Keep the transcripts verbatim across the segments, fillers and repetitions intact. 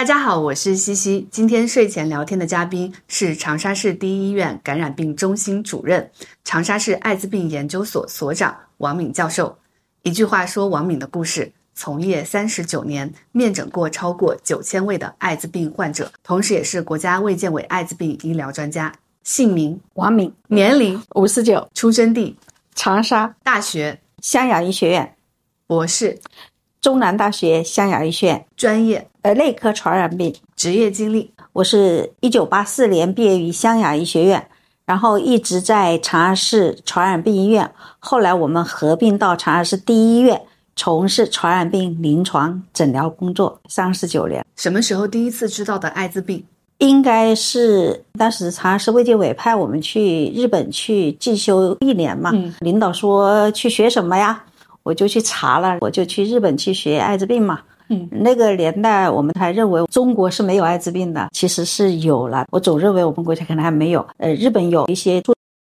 大家好，我是西西。今天睡前聊天的嘉宾是长沙市第一医院感染病中心主任、长沙市艾滋病研究所所长王敏教授。一句话说王敏的故事：从业三十九年，面诊过超过九千位的艾滋病患者，同时也是国家卫健委艾滋病医疗专家。姓名王敏， 年龄五十九， 出生地长沙， 大学湘雅医学院， 博士中南大学湘雅医学院， 专业呃，内科传染病。 职业经历， 我是一九八四年毕业于湘雅医学院，然后一直在长沙市传染病医院，后来我们合并到长沙市第一医院，从事传染病临床诊疗工作三十九年。 什么时候第一次知道的艾滋病？ 应该是当时长沙市卫健委派我们去日本去进修一年嘛，嗯、领导说去学什么呀，我就去查了，我就去日本去学艾滋病嘛。嗯，那个年代我们还认为中国是没有艾滋病的，其实是有了，我总认为我们国家可能还没有。呃，日本有一些。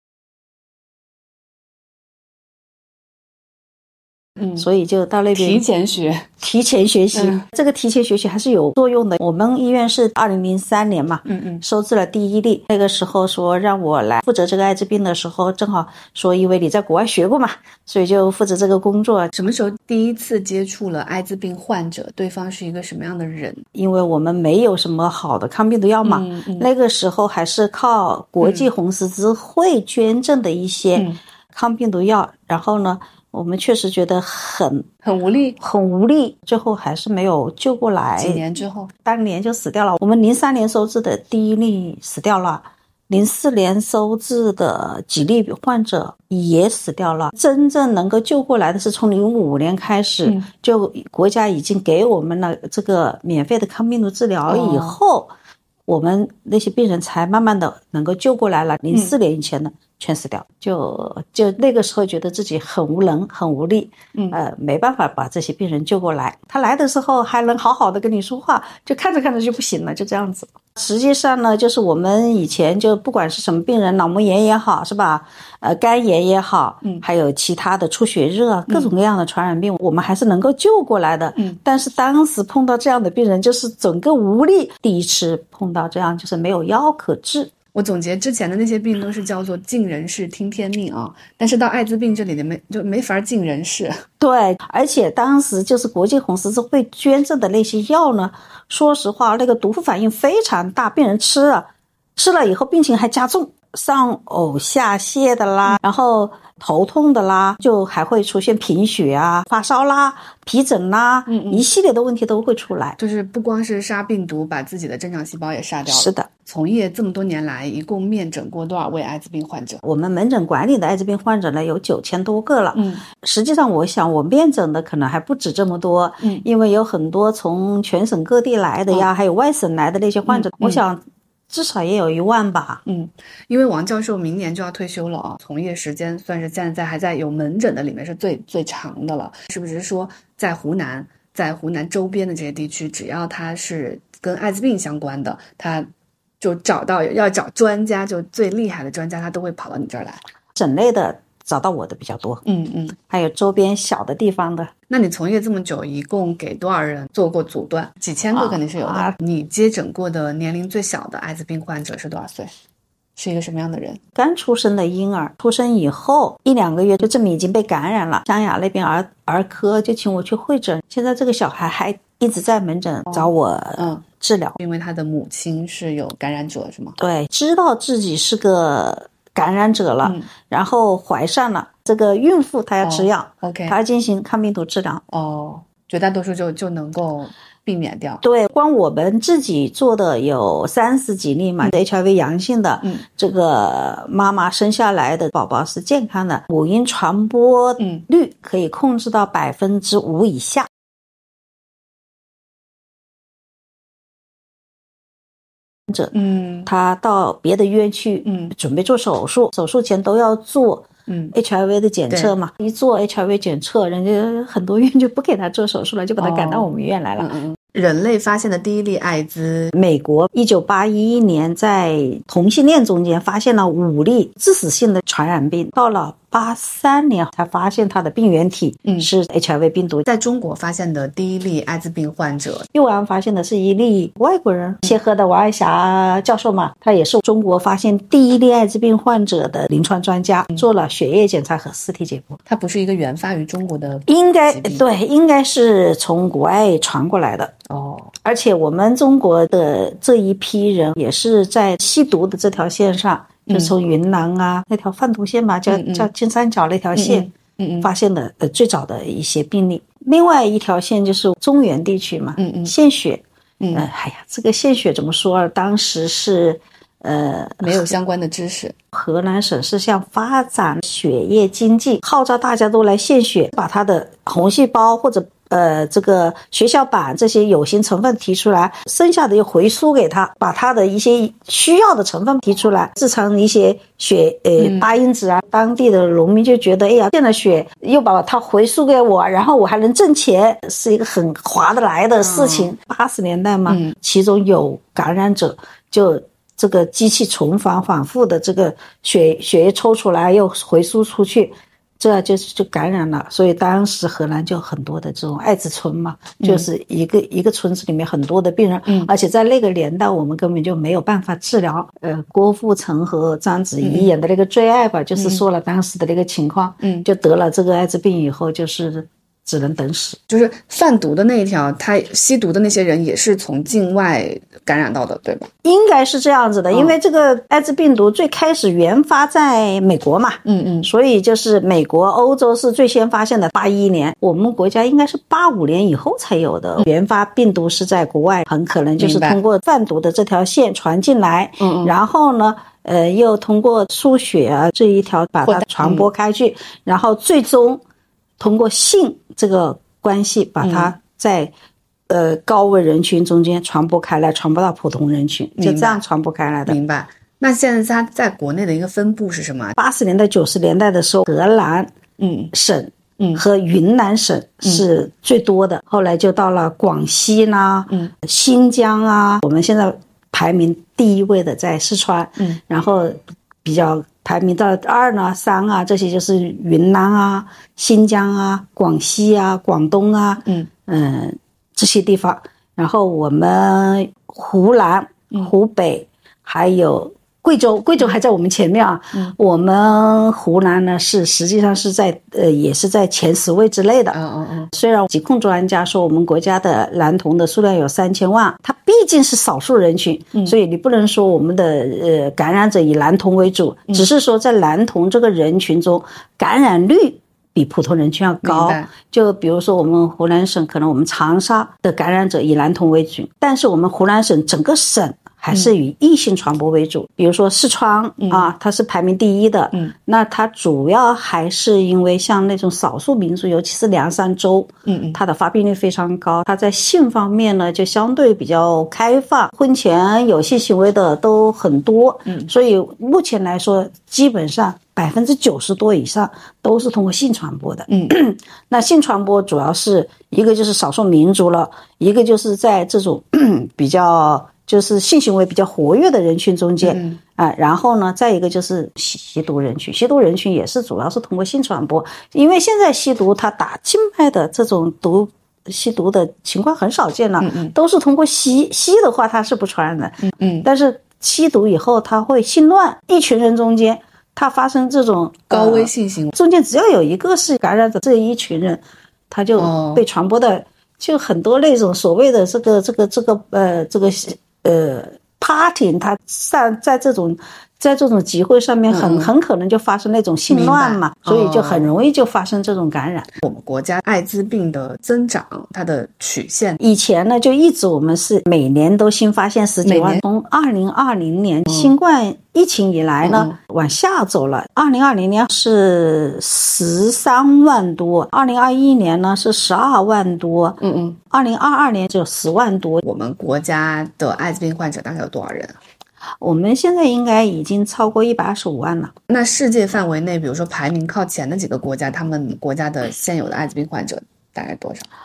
嗯，所以就到那边提前学， 提前学习、嗯，这个提前学习还是有作用的。我们医院是二零零三年嘛，嗯嗯，收治了第一例。那个时候说让我来负责这个艾滋病的时候，正好说因为你在国外学过嘛，所以就负责这个工作。 什么时候第一次接触了艾滋病患者？对方是一个什么样的人？ 因为我们没有什么好的抗病毒药嘛，嗯嗯、那个时候还是靠国际红十字会捐赠的一些抗病毒药，嗯、然后呢。我们确实觉得很很无力， 很无力，最后还是没有救过来。 几年之后， 当年就死掉了。我们零三年收治的第一例死掉了，零四年收治的几例患者也死掉了。真正能够救过来的是从零五年开始，嗯、就国家已经给我们了这个免费的抗病毒治疗以后，哦、我们那些病人才慢慢的能够救过来了。零四年以前的。嗯全死掉，就就那个时候觉得自己很无能很无力，嗯，呃，没办法把这些病人救过来。他来的时候还能好好的跟你说话，就看着看着就不行了，就这样子。实际上呢，就是我们以前就不管是什么病人，脑膜炎也好，是吧？呃，肝炎也好，嗯，还有其他的出血热，各种各样的传染病，嗯、我们还是能够救过来的。嗯，但是当时碰到这样的病人，就是整个无力。第一次碰到这样，就是没有药可治。 我总结之前的那些病都是叫做尽人事听天命啊，但是到艾滋病这里就没就没法尽人事。 对，而且当时就是国际红十字会捐赠的那些药呢，说实话那个毒副反应非常大，病人吃了吃了以后病情还加重，上呕下泻的啦，然后头痛的啦，就还会出现贫血啊、发烧啦、皮疹啦，嗯嗯一系列的问题都会出来。 就是不光是杀病毒，把自己的正常细胞也杀掉了。 是的。 从业这么多年来，一共面诊过多少位艾滋病患者？ 我们门诊管理的艾滋病患者呢，有九千多个了。嗯，实际上我想我面诊的可能还不止这么多。嗯，因为有很多从全省各地来的呀，哦、还有外省来的那些患者，嗯、我想。至少也有一万吧。 嗯，因为王教授明年就要退休了啊，从业时间算是现在还在有门诊的里面是最最长的了。是不是说在湖南，在湖南周边的这些地区，只要他是跟艾滋病相关的，他就找到要找专家，就最厉害的专家，他都会跑到你这儿来。 省内的找到我的比较多， 嗯嗯， 还有周边小的地方的。 那你从业这么久，一共给多少人做过阻断？几千个肯定是有的。啊、你接诊过的年龄最小的艾滋病患者是多少岁？是一个什么样的人？ 刚出生的婴儿，出生以后一两个月就证明已经被感染了。湘雅那边儿儿科就请我去会诊，现在这个小孩还一直在门诊找我嗯治疗、哦嗯，因为他的母亲是有感染者是吗？ 对，知道自己是个感染者了，嗯、然后怀上了。这个孕妇她要吃药、 哦、OK， 她要进行抗病毒治疗。 哦，绝大多数就就能够避免掉。 对，光我们自己做的有三十几例嘛、嗯、H I V 阳性的、嗯、这个妈妈生下来的宝宝是健康的，母婴传播率可以控制到百分之五以下。嗯，他到别的医院去，嗯，准备做手术，手术前都要做，嗯 ，H I V 的检测嘛。一做 H I V 检测，人家很多医院就不给他做手术了，就把他赶到我们医院来了。 哦、嗯嗯。人类发现的第一例艾滋， 美国一九八一年在同性恋中间发现了五例致死性的传染病，到了八三年才发现它的病原体是 H I V 病毒。 在中国发现的第一例艾滋病患者， 右岸发现的是一例外国人，协和的王爱霞教授嘛，他也是中国发现第一例艾滋病患者的临床专家，做了血液检查和尸体解剖。 它不是一个原发于中国的疾病，应该对，应该是从国外传过来的哦。 而且我们中国的这一批人也是在吸毒的这条线上，就从云南啊、嗯、那条贩毒线嘛，叫、嗯、叫金三角那条线、嗯嗯、发现的呃最早的一些病例。另外一条线就是中原地区嘛，嗯嗯，献血，嗯，呃、哎呀，这个献血怎么说？当时是呃没有相关的知识。 河南省是想发展血液经济，号召大家都来献血，把它的红细胞或者呃，这个血小板这些有形成分提出来，剩下的又回输给他，把他的一些需要的成分提出来，制成一些血呃八因子啊、嗯。当地的农民就觉得，哎呀，献了血又把它回输给我，然后我还能挣钱，是一个很划得来的事情。八十、嗯、年代嘛、嗯，其中有感染者就。这个机器重返反复的这个血血液抽出来又回输出去，这就是就感染了。所以当时河南就很多的这种艾滋村嘛，嗯、就是一个一个村子里面很多的病人、嗯，而且在那个年代我们根本就没有办法治疗。呃，郭富城和章子怡演的那个《最爱》吧、嗯，就是说了当时的那个情况，嗯，就得了这个艾滋病以后就是只能等死。 就是贩毒的那一条，他吸毒的那些人也是从境外感染到的，对吧？ 应该是这样子的，因为这个艾滋病毒最开始原发在美国嘛，嗯嗯，所以就是美国、欧洲是最先发现的，八一年，我们国家应该是八五年以后才有的。原发病毒是在国外，很可能就是通过贩毒的这条线传进来，嗯嗯，然后呢，呃，又通过输血啊这一条把它传播开去，嗯、然后最终通过性这个关系把它在、嗯。呃，高危人群中间传播开来，传播到普通人群，就这样传播开来的。 明白。那现在它在国内的一个分布是什么？ 八十年代、九十年代的时候，河南嗯省嗯和云南省是最多的，嗯、后来就到了广西啦、嗯新疆啊，我们现在排名第一位的在四川，嗯，然后比较排名到二呢、三啊，这些就是云南啊、新疆啊、广西啊、广东啊，嗯嗯。呃这些地方，然后我们湖南、湖北、嗯、还有贵州，贵州还在我们前面啊。嗯、我们湖南呢是实际上是在呃也是在前十位之内的。嗯嗯嗯。虽然疾控专家说我们国家的男童的数量有三千万，它毕竟是少数人群，嗯、所以你不能说我们的呃感染者以男童为主，嗯、只是说在男童这个人群中感染率比普通人群要高，就比如说我们湖南省，可能我们长沙的感染者以男童为主，但是我们湖南省整个省还是以异性传播为主。嗯、比如说四川、嗯、啊，它是排名第一的，嗯，那它主要还是因为像那种少数民族，尤其是凉山州，嗯嗯，它的发病率非常高，它在性方面呢就相对比较开放，婚前有性行为的都很多，嗯，所以目前来说，基本上百分之九十多以上都是通过性传播的。嗯，那性传播主要是一个就是少数民族了，一个就是在这种比较就是性行为比较活跃的人群中间，嗯啊，然后呢，再一个就是吸吸毒人群，吸毒人群也是主要是通过性传播，因为现在吸毒它打静脉的这种毒。吸毒的情况很少见了，嗯嗯，都是通过吸吸的话它是不传染的，嗯嗯，但是吸毒以后它会性乱，一群人中间它发生这种高危性行为、呃， 中间只要有一个是感染的这一群人，他就被传播的，哦、就很多那种所谓的这个这个这个呃这个呃 party， 它在在这种。在这种集会上面很、嗯、很可能就发生那种性乱嘛，所以就很容易就发生这种感染。 我们国家艾滋病的增长，它的曲线， 以前呢就一直我们是每年都新发现十几万，从二零二零年、嗯、新冠疫情以来呢、嗯、往下走了。二零二零年是十三万多，二零二一年呢是十二万多，嗯嗯，二零二二年只有十万多。 我们国家的艾滋病患者大概有多少人？ 我们现在应该已经超过一百二十五万了。 那世界范围内，比如说排名靠前的几个国家，他们国家的现有的艾滋病患者大概多少？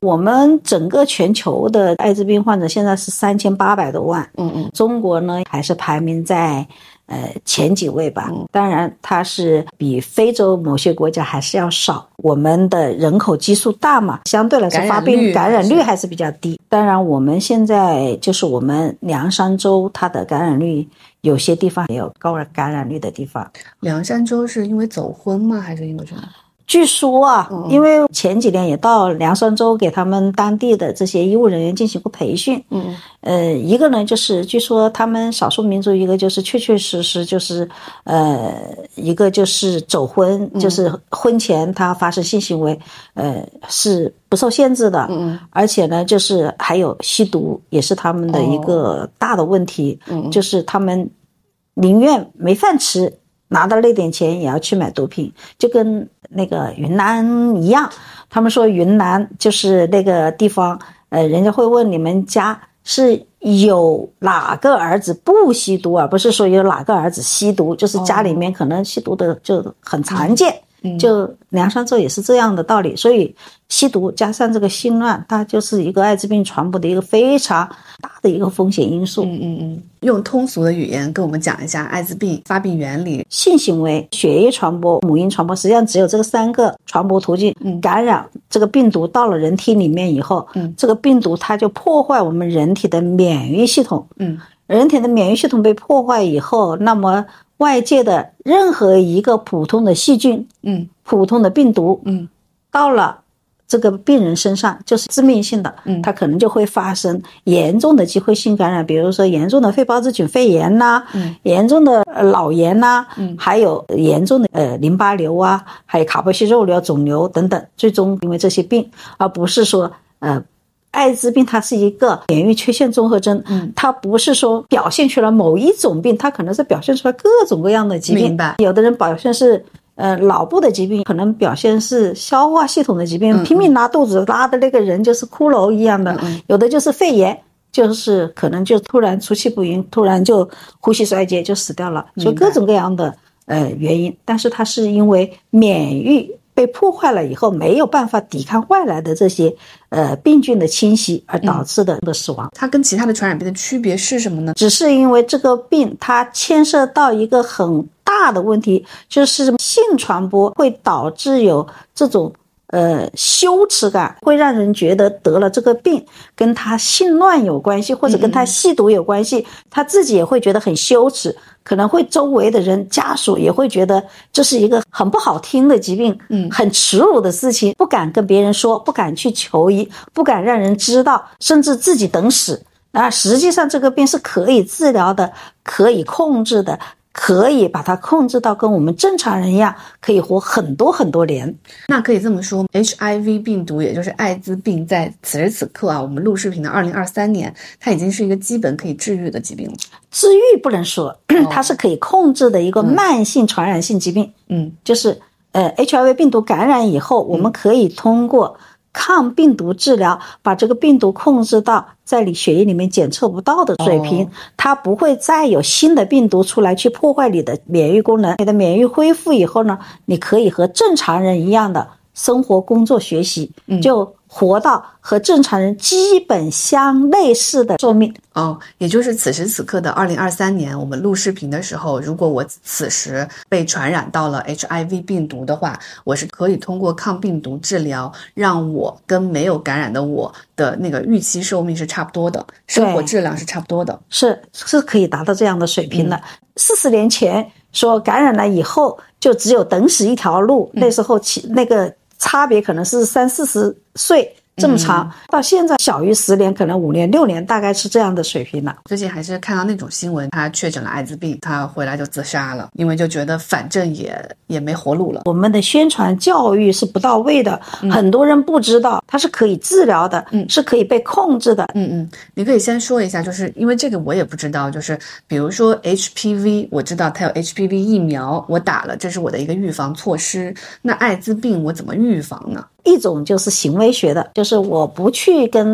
我们整个全球的艾滋病患者现在是三千八百多万， 嗯嗯， 中国呢还是排名在呃前几位吧， 嗯， 当然它是比非洲某些国家还是要少。我们的人口基数大嘛，相对来说发病感染率还是比较低。当然我们现在就是我们凉山州它的感染率有些地方也有高感染率的地方。 凉山州是因为走婚吗？还是因为什么？ 据说啊， 嗯、 因为前几年也到凉山州给他们当地的这些医务人员进行过培训。 嗯， 呃，一个呢就是据说他们少数民族，一个就是确确实实就是呃，一个就是走婚， 嗯、 就是婚前他发生性行为，呃，是不受限制的。 嗯， 而且呢，就是还有吸毒也是他们的一个大的问题。 嗯， 就是他们宁愿没饭吃，拿到那点钱也要去买毒品，就跟那个云南一样。他们说云南就是那个地方，呃，人家会问你们家是有哪个儿子不吸毒，而不是说有哪个儿子吸毒，就是家里面可能吸毒的就很常见。 嗯， 就凉山州也是这样的道理。所以吸毒加上这个性乱，它就是一个艾滋病传播的一个非常大的一个风险因素。 嗯嗯嗯，用通俗的语言跟我们讲一下艾滋病发病原理。 性行为、血液传播、母婴传播，实际上只有这个三个传播途径。 嗯， 感染这个病毒到了人体里面以后， 嗯， 这个病毒它就破坏我们人体的免疫系统。 嗯， 人体的免疫系统被破坏以后，那么外界的任何一个普通的细菌， 嗯， 普通的病毒， 嗯， 到了这个病人身上就是致命性的， 嗯， 它可能就会发生严重的机会性感染，比如说严重的肺胞支菌肺炎呐、啊， 嗯， 严重的脑炎呐、啊， 嗯， 还有严重的呃淋巴瘤啊，还有卡波西肉瘤、肿瘤等等，最终因为这些病，而不是说呃。艾滋病它是一个免疫缺陷综合征， 嗯， 它不是说表现出来某一种病，它可能是表现出来各种各样的疾病。 明白。 有的人表现是呃脑部的疾病，可能表现是消化系统的疾病， 嗯嗯拼命拉肚子，拉的那个人就是骷髅一样的。 嗯嗯， 有的就是肺炎，就是可能就突然出气不匀，突然就呼吸衰竭就死掉了。所以各种各样的呃原因，但是它是因为免疫被破坏了以后，没有办法抵抗外来的这些呃病菌的侵袭而导致的死亡。 它跟其他的传染病的区别是什么呢？ 只是因为这个病它牵涉到一个很大的问题，就是性传播会导致有这种呃羞耻感，会让人觉得得了这个病跟他性乱有关系，或者跟他吸毒有关系，他自己也会觉得很羞耻，可能会周围的人家属也会觉得这是一个很不好听的疾病， 嗯， 很耻辱的事情，不敢跟别人说，不敢去求医，不敢让人知道，甚至自己等死。那实际上这个病是可以治疗的，可以控制的，可以把它控制到跟我们正常人一样，可以活很多很多年。 那可以这么说 H I V 病毒也就是艾滋病，在此时此刻啊，我们录视频的二零二三年，它已经是一个基本可以治愈的疾病了。 治愈不能说，它是可以控制的一个慢性传染性疾病。 嗯， 就是呃 H I V 病毒感染以后，我们可以通过抗病毒治疗，把这个病毒控制到在你血液里面检测不到的水平， 哦， 它不会再有新的病毒出来去破坏你的免疫功能。你的免疫恢复以后呢，你可以和正常人一样的生活、工作、学习，就活到和正常人基本相类似的寿命。 哦，也就是此时此刻的二零二三年，我们录视频的时候，如果我此时被传染到了 H I V 病毒的话，我是可以通过抗病毒治疗，让我跟没有感染的我的那个预期寿命是差不多的，生活质量是差不多的， 是是可以达到这样的水平的。四十、嗯、年前说感染了以后就只有等死一条路，嗯、那时候其那个差别可能是三四十岁。这么长，嗯、到现在小于十年，可能五年、六年，大概是这样的水平了。 最近还是看到那种新闻，他确诊了艾滋病，他回来就自杀了，因为就觉得反正也也没活路了。 我们的宣传教育是不到位的，嗯、很多人不知道它是可以治疗的，嗯，是可以被控制的。 嗯嗯，你可以先说一下，就是因为这个我也不知道，就是比如说 H P V， 我知道它有 H P V 疫苗，我打了，这是我的一个预防措施。那艾滋病我怎么预防呢？ 一种就是行为学的，就是我不去跟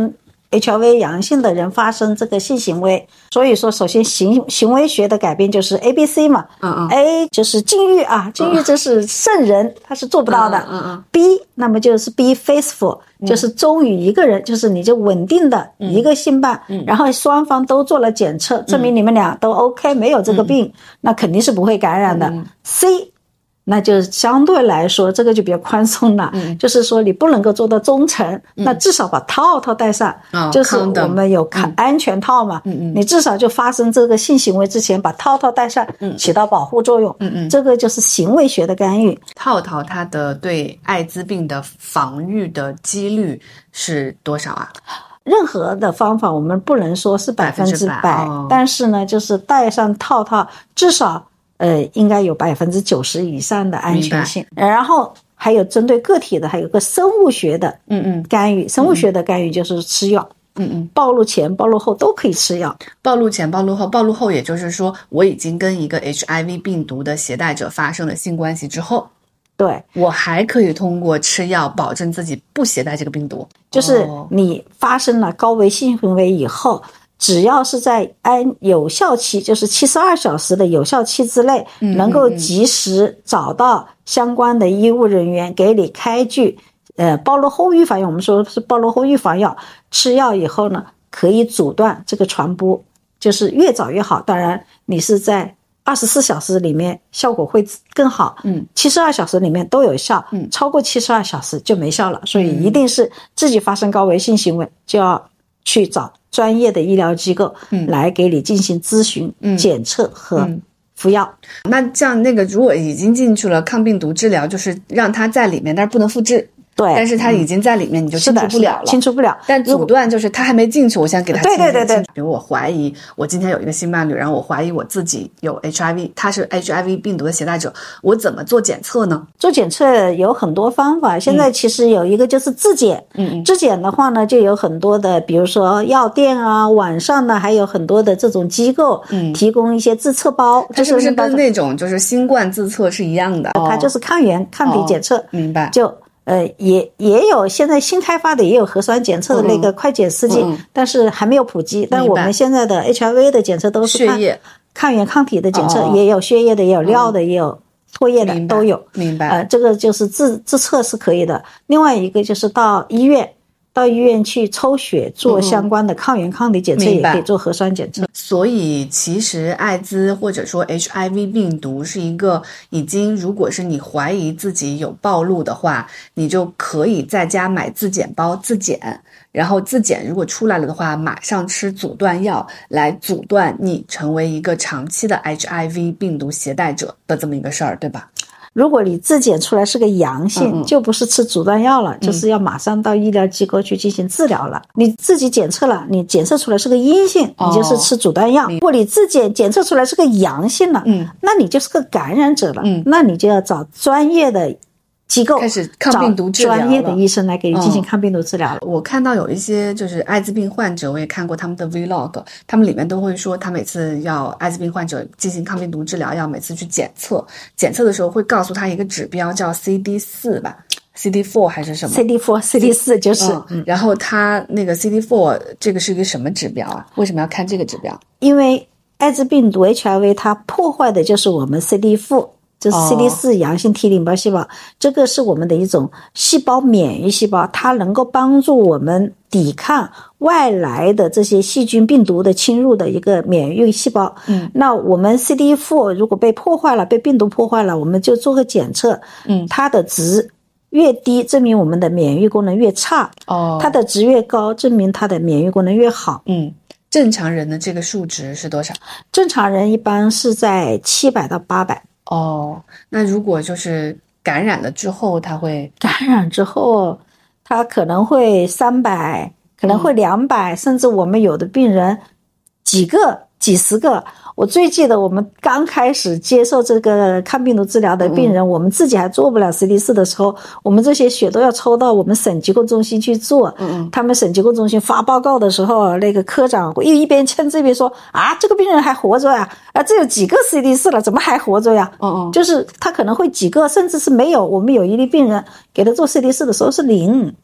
H I V 阳性的人发生这个性行为。所以说首先行行为学的改变就是 A B C 嘛， 嗯嗯 A 就是禁欲啊，禁欲这是圣人他是做不到的， 嗯嗯 B 那么就是 be faithful，就是忠于一个人，就是你就稳定的一个性伴，然后双方都做了检测，证明你们俩都 OK，没有这个病，那肯定是不会感染的。C那就相对来说这个就比较宽松了，嗯、就是说你不能够做到忠诚，嗯、那至少把套套戴上， 哦、 就是我们有看安全套嘛，嗯、你至少就发生这个性行为之前把套套戴上，嗯、起到保护作用，嗯嗯，这个就是行为学的干预。 套套它的对艾滋病的防御的几率是多少啊？ 任何的方法我们不能说是百分之百， 哦、 但是呢就是戴上套套至少呃，应该有百分之九十以上的安全性。然后还有针对个体的，还有个生物学的，嗯嗯，干预。生物学的干预就是吃药，嗯嗯，暴露前、暴露后都可以吃药。 暴露前、暴露后，暴露后也就是说，我已经跟一个 H I V 病毒的携带者发生了性关系之后， 对， 我还可以通过吃药保证自己不携带这个病毒。 就是你发生了高危性行为以后。只要是在按有效期，就是七十二小时的有效期之内，嗯、能够及时找到相关的医务人员给你开具，呃，暴露后预防药，我们说是暴露后预防药，吃药以后呢，可以阻断这个传播，就是越早越好。当然，你是在二十四小时里面效果会更好，嗯，七十二小时里面都有效，嗯，超过七十二小时就没效了。所以一定是自己发生高危性行为就要去找专业的医疗机构来给你进行咨询、嗯、检测和服药。 嗯、那像那个如果已经进去了抗病毒治疗，就是让它在里面，但是不能复制。 对， 但是它已经在里面，嗯、你就清除不了了。 清除不了。 但阻断就是它还没进去，我先给它清除。 对对对对。 比如我怀疑我今天有一个性伴侣，然后我怀疑我自己有 H I V， 他是 H I V 病毒的携带者，我怎么做检测呢？ 做检测有很多方法，现在其实有一个就是自检。嗯，自检的话呢，就有很多的，比如说药店啊，网上呢还有很多的这种机构，嗯，提供一些自测包。 它是不是跟那种就是新冠自测是一样的？ 它就是抗原、抗体检测。 哦、明白。 就。呃，也也有现在新开发的也有核酸检测的那个快检试剂，嗯嗯、但是还没有普及。但我们现在的 H I V 的检测都是血液、 抗原抗体的检测，哦、也有血液的，也有尿的，嗯、也有唾液的，都有。 明白。 呃，这个就是自自测是可以的。另外一个就是到医院。到医院去抽血做相关的抗原抗体检测，也可以做核酸检测。 所以其实艾滋或者说 H I V 病毒是一个已经，如果是你怀疑自己有暴露的话，你就可以在家买自检包自检，然后自检如果出来了的话，马上吃阻断药来阻断你成为一个长期的 H I V 病毒携带者的这么一个事儿，对吧？ 如果你自检出来是个阳性，嗯嗯就不是吃阻断药了，嗯、就是要马上到医疗机构去进行治疗了。你自己检测了，你检测出来是个阴性，哦、你就是吃阻断药。如果你自检检测出来是个阳性了，嗯，那你就是个感染者了，嗯，那你就要找专业的机构开始抗病毒治疗了， 专业的医生来给你进行抗病毒治疗了。 嗯、我看到有一些就是艾滋病患者，我也看过他们的 vlog， 他们里面都会说，他每次要艾滋病患者进行抗病毒治疗，要每次去检测，检测的时候会告诉他一个指标叫 C D 四 吧。C D 四 还是什么 ？C D 四 C D 四 就是、 嗯。然后他那个 C D 四 这个是一个什么指标啊？为什么要看这个指标？ 因为艾滋病毒 H I V 它破坏的就是我们 C D 四。就是 C D 四 阳性 T 淋巴细胞，这个是我们的一种细胞免疫细胞，它能够帮助我们抵抗外来的这些细菌病毒的侵入的一个免疫细胞。嗯，那我们 C D 四 如果被破坏了，被病毒破坏了，我们就做个检测，嗯，它的值越低，证明我们的免疫功能越差。哦，它的值越高，证明它的免疫功能越好。 嗯。正常人的这个数值是多少？ 正常人一般是在七百到八百。 哦，那如果就是感染了之后，他会感染之后，他可能会三百，可能会两百、嗯，甚至我们有的病人几个、几十个。我最记得我们刚开始接受这个抗病毒治疗的病人，嗯、我们自己还做不了 C D 四 的时候，我们这些血都要抽到我们省疾控中心去做。嗯，他们省疾控中心发报告的时候，那个科长会一边签字一边说：“啊，这个病人还活着呀！啊，这有几个 C D 四 了，怎么还活着呀？”嗯嗯，就是他可能会几个，甚至是没有。我们有一例病人给他做 C D 四 的时候是零。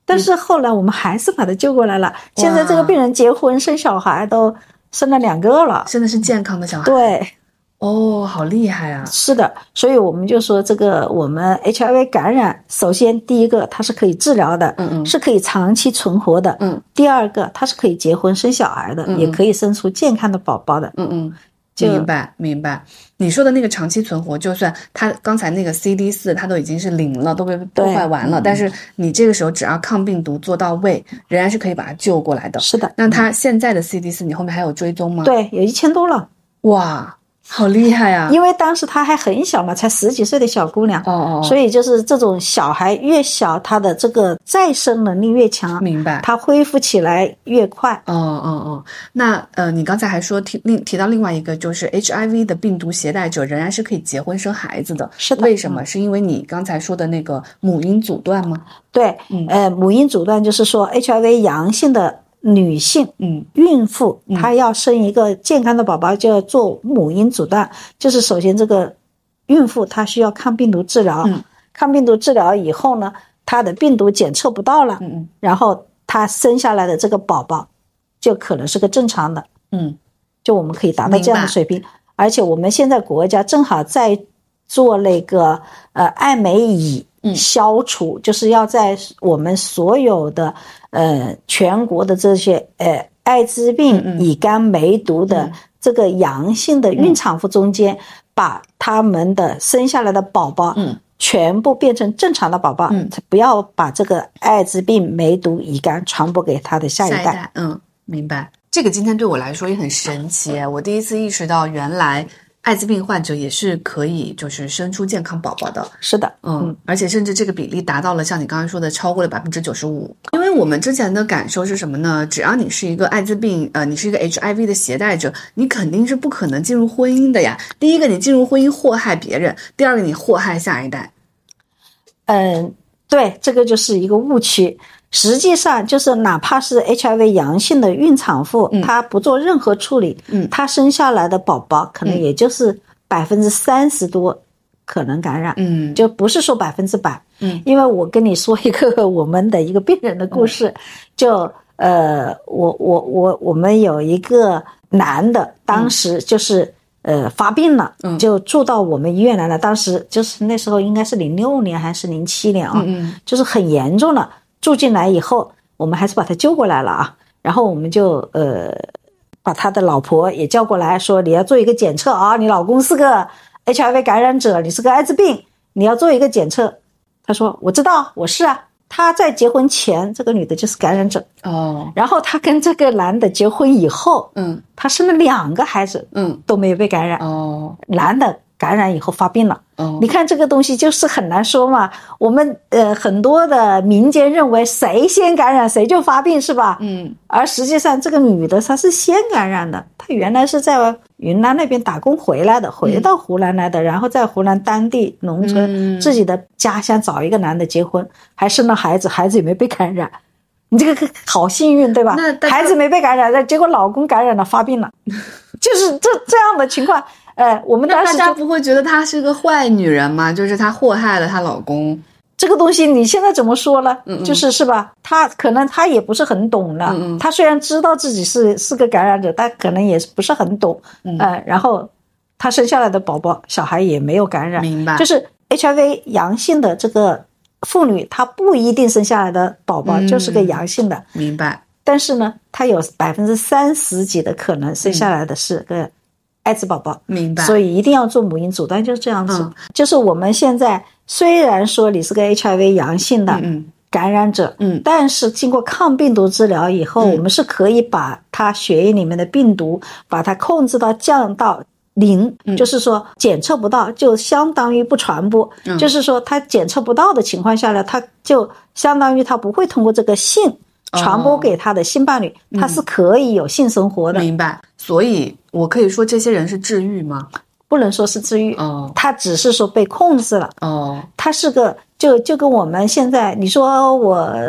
但是后来我们还是把他救过来了。现在这个病人结婚生小孩都生了两个了， 生的是健康的小孩。 对。 哦，好厉害啊！ 是的，所以我们就说这个我们 H I V 感染，首先第一个它是可以治疗的， 嗯嗯， 是可以长期存活的， 嗯。 第二个它是可以结婚生小孩的， 嗯嗯， 也可以生出健康的宝宝的。 嗯嗯，明白明白。你说的那个长期存活，就算他刚才那个 C D 四 它都已经是零了，都被破坏完了，但是你这个时候只要抗病毒做到位，仍然是可以把它救过来的。 是的。 那他现在的 C D 四 你后面还有追踪吗？ 对，有一千多了。 哇，好厉害啊！ 因为当时她还很小嘛，才十几岁的小姑娘， 哦哦， 所以就是这种小孩越小，她的这个再生能力越强， 明白？ 她恢复起来越快。 哦哦哦，那呃，你刚才还说提另提到另外一个，就是 H I V 的病毒携带者仍然是可以结婚生孩子的， 是的。 为什么？嗯、是因为你刚才说的那个母婴阻断吗？ 对， 嗯、 呃，母婴阻断就是说 H I V 阳性的女性， 嗯， 孕妇， 嗯、 她要生一个健康的宝宝，就要做母婴阻断。就是首先这个孕妇她需要抗病毒治疗， 嗯， 抗病毒治疗以后呢，她的病毒检测不到了， 嗯嗯， 然后她生下来的这个宝宝就可能是个正常的， 嗯， 就我们可以达到这样的水平。而且我们现在国家正好在做那个呃艾美乙消除，嗯、就是要在我们所有的呃全国的这些呃艾滋病、乙肝、梅毒的这个阳性的孕产妇中间，嗯、把他们的生下来的宝宝，嗯，全部变成正常的宝宝，嗯，不要把这个艾滋病、梅毒、乙肝传播给他的下一代。 下一代，嗯，明白。这个今天对我来说也很神奇，我第一次意识到原来艾滋病患者也是可以就是生出健康宝宝的。 是的， 嗯，嗯，而且甚至这个比例达到了像你刚才说的超过了百分之九十五。因为我们之前的感受是什么呢？只要你是一个艾滋病，呃，你是一个 H I V 的携带者，你肯定是不可能进入婚姻的呀。第一个，你进入婚姻祸害别人；第二个，你祸害下一代。 嗯，对，这个就是一个误区。实际上就是哪怕是 H I V 阳性的孕产妇，嗯、她不做任何处理，嗯，她生下来的宝宝可能也就是百分之三十多可能感染，嗯，就不是说百分之百，嗯，因为我跟你说一个我们的一个病人的故事，嗯、就呃，我我我我们有一个男的，当时就是。嗯呃，发病了，就住到我们医院来了。嗯、当时就是那时候应该是零六年还是零七年啊，嗯嗯就是很严重了。住进来以后，我们还是把他救过来了啊。然后我们就呃，把他的老婆也叫过来，说你要做一个检测啊，你老公是个 H I V 感染者，你是个艾滋病，你要做一个检测。他说我知道，我是啊。他在结婚前，这个女的就是感染者哦。然后他跟这个男的结婚以后，嗯，他生了两个孩子，嗯，都没有被感染哦。男的感染以后发病了，哦，你看这个东西就是很难说嘛。我们呃很多的民间认为谁先感染谁就发病是吧？嗯，而实际上这个女的她是先感染的，她原来是在云南那边打工回来的，回到湖南来的，嗯、然后在湖南当地农村、嗯、自己的家乡找一个男的结婚，还生了孩子，孩子也没被感染。你这个好幸运对吧？孩子没被感染，结果老公感染了发病了，就是这这样的情况。呃，我们当时大家不会觉得她是个坏女人吗？就是她祸害了她老公。 这个东西你现在怎么说呢？嗯嗯就是是吧？她可能她也不是很懂了。嗯嗯她虽然知道自己是是个感染者，但可能也不是很懂。嗯，呃，然后她生下来的宝宝小孩也没有感染。 明白。 就是 H I V 阳性的这个妇女，她不一定生下来的宝宝就是个阳性的。 嗯、明白。 但是呢，她有百分之三十几的可能生下来的是个艾滋宝宝。 明白。 所以一定要做母婴阻断，就是这样子。嗯、就是我们现在虽然说你是个 H I V 阳性的感染者，嗯，但是经过抗病毒治疗以后，嗯、我们是可以把它血液里面的病毒把它控制到降到零，嗯、就是说检测不到，就相当于不传播。嗯、就是说它检测不到的情况下呢，它就相当于它不会通过这个性传播给他的性伴侣，哦、他是可以有性生活的。 明白。所以我可以说这些人是治愈吗？ 不能说是治愈，哦，他只是说被控制了。 哦， 他是个就就跟我们现在你说我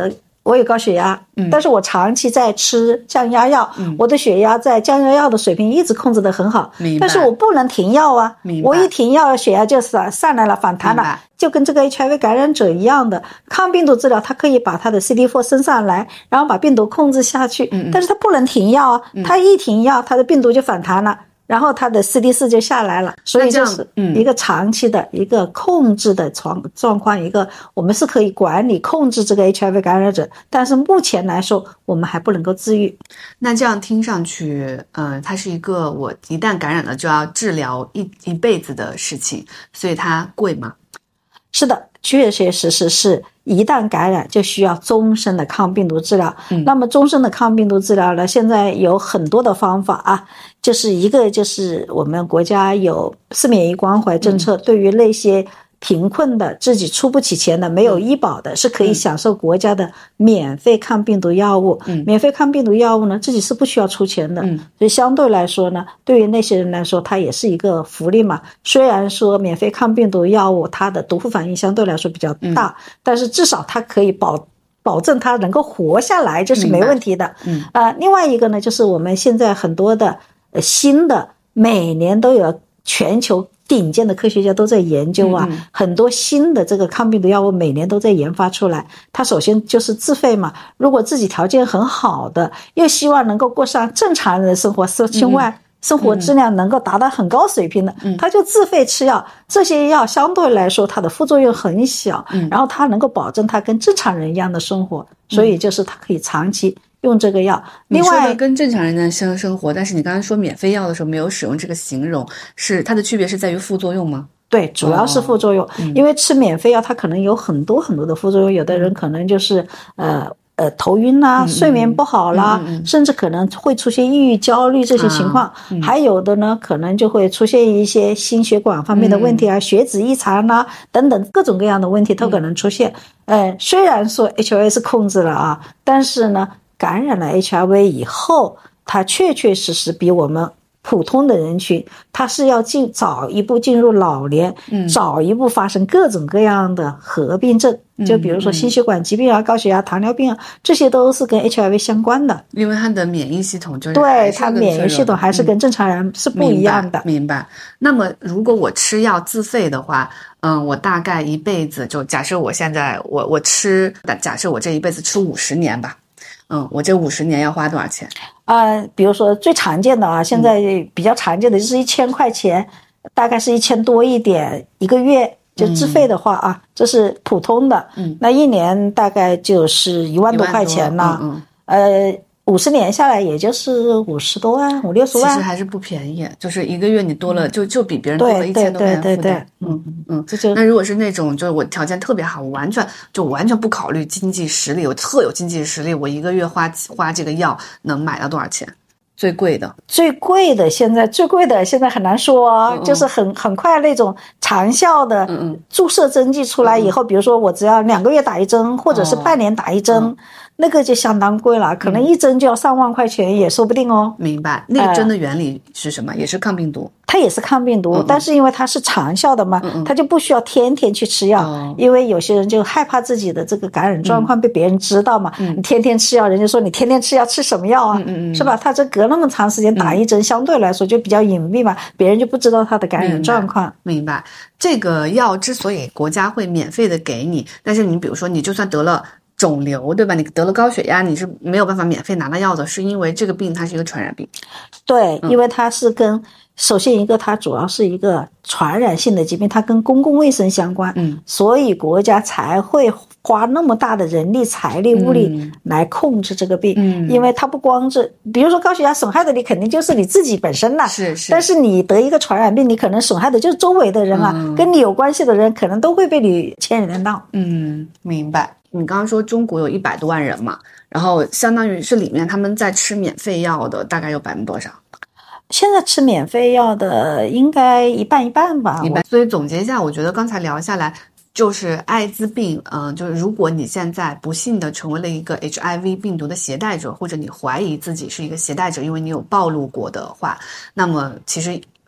我有高血压，嗯，但是我长期在吃降压药，嗯，我的血压在降压药的水平一直控制得很好， 明白， 但是我不能停药啊，我一停药血压就上上来了，反弹了，就跟这个 H I V 感染者一样的，抗病毒治疗它可以把它的 C D 四 升上来，然后把病毒控制下去，嗯，但是它不能停药啊，嗯，它一停药它的病毒就反弹了，然后它的 C D 四 就下来了，所以就是一个长期的一个控制的状状况，一个我们是可以管理控制这个 H I V 感染者，但是目前来说我们还不能够治愈。 那这样听上去呃，它是一个我一旦感染了就要治疗一一辈子的事情，所以它贵吗？ 是的，确确实实是一旦感染就需要终身的抗病毒治疗，嗯，那么终身的抗病毒治疗呢，现在有很多的方法啊，就是一个就是我们国家有市免疫关怀政策，嗯，对于那些贫困的自己出不起钱的没有医保的，嗯，是可以享受国家的免费抗病毒药物，嗯，免费抗病毒药物呢自己是不需要出钱的，嗯，所以相对来说呢，对于那些人来说它也是一个福利嘛。虽然说免费抗病毒药物它的毒副反应相对来说比较大，嗯，但是至少它可以保保证它能够活下来，这是没问题的。嗯，呃，另外一个呢，就是我们现在很多的呃新的每年都有全球顶尖的科学家都在研究啊，嗯，很多新的这个抗病毒药物每年都在研发出来。它首先就是自费嘛，如果自己条件很好的，又希望能够过上正常人的生活，另外，嗯，生活质量能够达到很高水平的，嗯，他就自费吃药。这些药相对来说它的副作用很小，嗯，然后它能够保证他跟正常人一样的生活，所以就是他可以长期用这个药。另外， 你说的跟正常人的生生活，但是你刚才说免费药的时候没有使用这个形容，是它的区别是在于副作用吗？ 对，主要是副作用，哦，嗯，因为吃免费药它可能有很多很多的副作用，有的人可能就是呃呃，头晕啦，嗯，睡眠不好啦，嗯嗯，甚至可能会出现抑郁、焦虑这些情况，啊嗯，还有的呢，可能就会出现一些心血管方面的问题啊，嗯，血脂异常啦，等等各种各样的问题都可能出现。嗯，呃，虽然说 H I V 是控制了啊，但是呢，感染了 H I V 以后，它确确实实比我们普通的人群，它是要进早一步进入老年，嗯，早一步发生各种各样的合并症，嗯，就比如说心血管疾病啊，嗯，高血压、糖尿病啊，这些都是跟 H I V 相关的。因为它的免疫系统就是对它免疫系统还是跟正常人是不一样的。 嗯，明白。明白。那么如果我吃药自费的话，嗯，我大概一辈子就假设我现在我我吃，假设我这一辈子吃五十年吧。嗯，我这五十年要花多少钱？ 呃，比如说最常见的啊，现在比较常见的就是一千块钱，嗯，大概是一千多一点一个月，就自费的话啊，嗯，这是普通的。嗯，那一年大概就是一万多块钱了。嗯嗯，呃。五十年下来也就是五十多万，五六十万， 其实还是不便宜。就是一个月你多了，嗯，就就比别人多了一千多块钱负担。对对对对，嗯嗯嗯，这就那如果是那种就是我条件特别好，我完全就完全不考虑经济实力，我特有经济实力，我一个月花花这个药能买到多少钱？最贵的， 最贵的现在最贵的现在很难说，嗯嗯，就是很很快那种长效的注射针剂出来以后，嗯嗯，比如说我只要两个月打一针，或者是半年打一针。哦嗯，那个就相当贵了，可能一针就要上万块钱也说不定哦。 明白。那个针的原理是什么？呃、也是抗病毒。 它也是抗病毒，嗯嗯，但是因为它是长效的嘛，嗯嗯，它就不需要天天去吃药，哦，因为有些人就害怕自己的这个感染状况被别人知道嘛。嗯，你天天吃药，人家说你天天吃药吃什么药啊？嗯嗯嗯，是吧？他这隔那么长时间打一针，嗯，相对来说就比较隐蔽嘛，别人就不知道他的感染状况。 明白。明白。这个药之所以国家会免费的给你，但是你比如说你就算得了肿瘤，对吧？你得了高血压，你是没有办法免费拿到药的，是因为这个病它是一个传染病。 对，嗯，因为它是跟首先一个它主要是一个传染性的疾病，它跟公共卫生相关，嗯，所以国家才会花那么大的人力、财力、物力来控制这个病。嗯，因为它不光是，比如说高血压损害的你肯定就是你自己本身啦， 是是。 但是你得一个传染病，你可能损害的就是周围的人啊，嗯，跟你有关系的人可能都会被你牵连到。 嗯，明白。你刚刚说中国有一百多万人嘛，然后相当于是里面他们在吃免费药的大概有百分之多少？ 现在吃免费药的应该一半一半吧。 一半。所以总结一下，我觉得刚才聊下来，就是艾滋病，嗯、呃，就是如果你现在不幸的成为了一个 H I V 病毒的携带者，或者你怀疑自己是一个携带者，因为你有暴露过的话，那么其实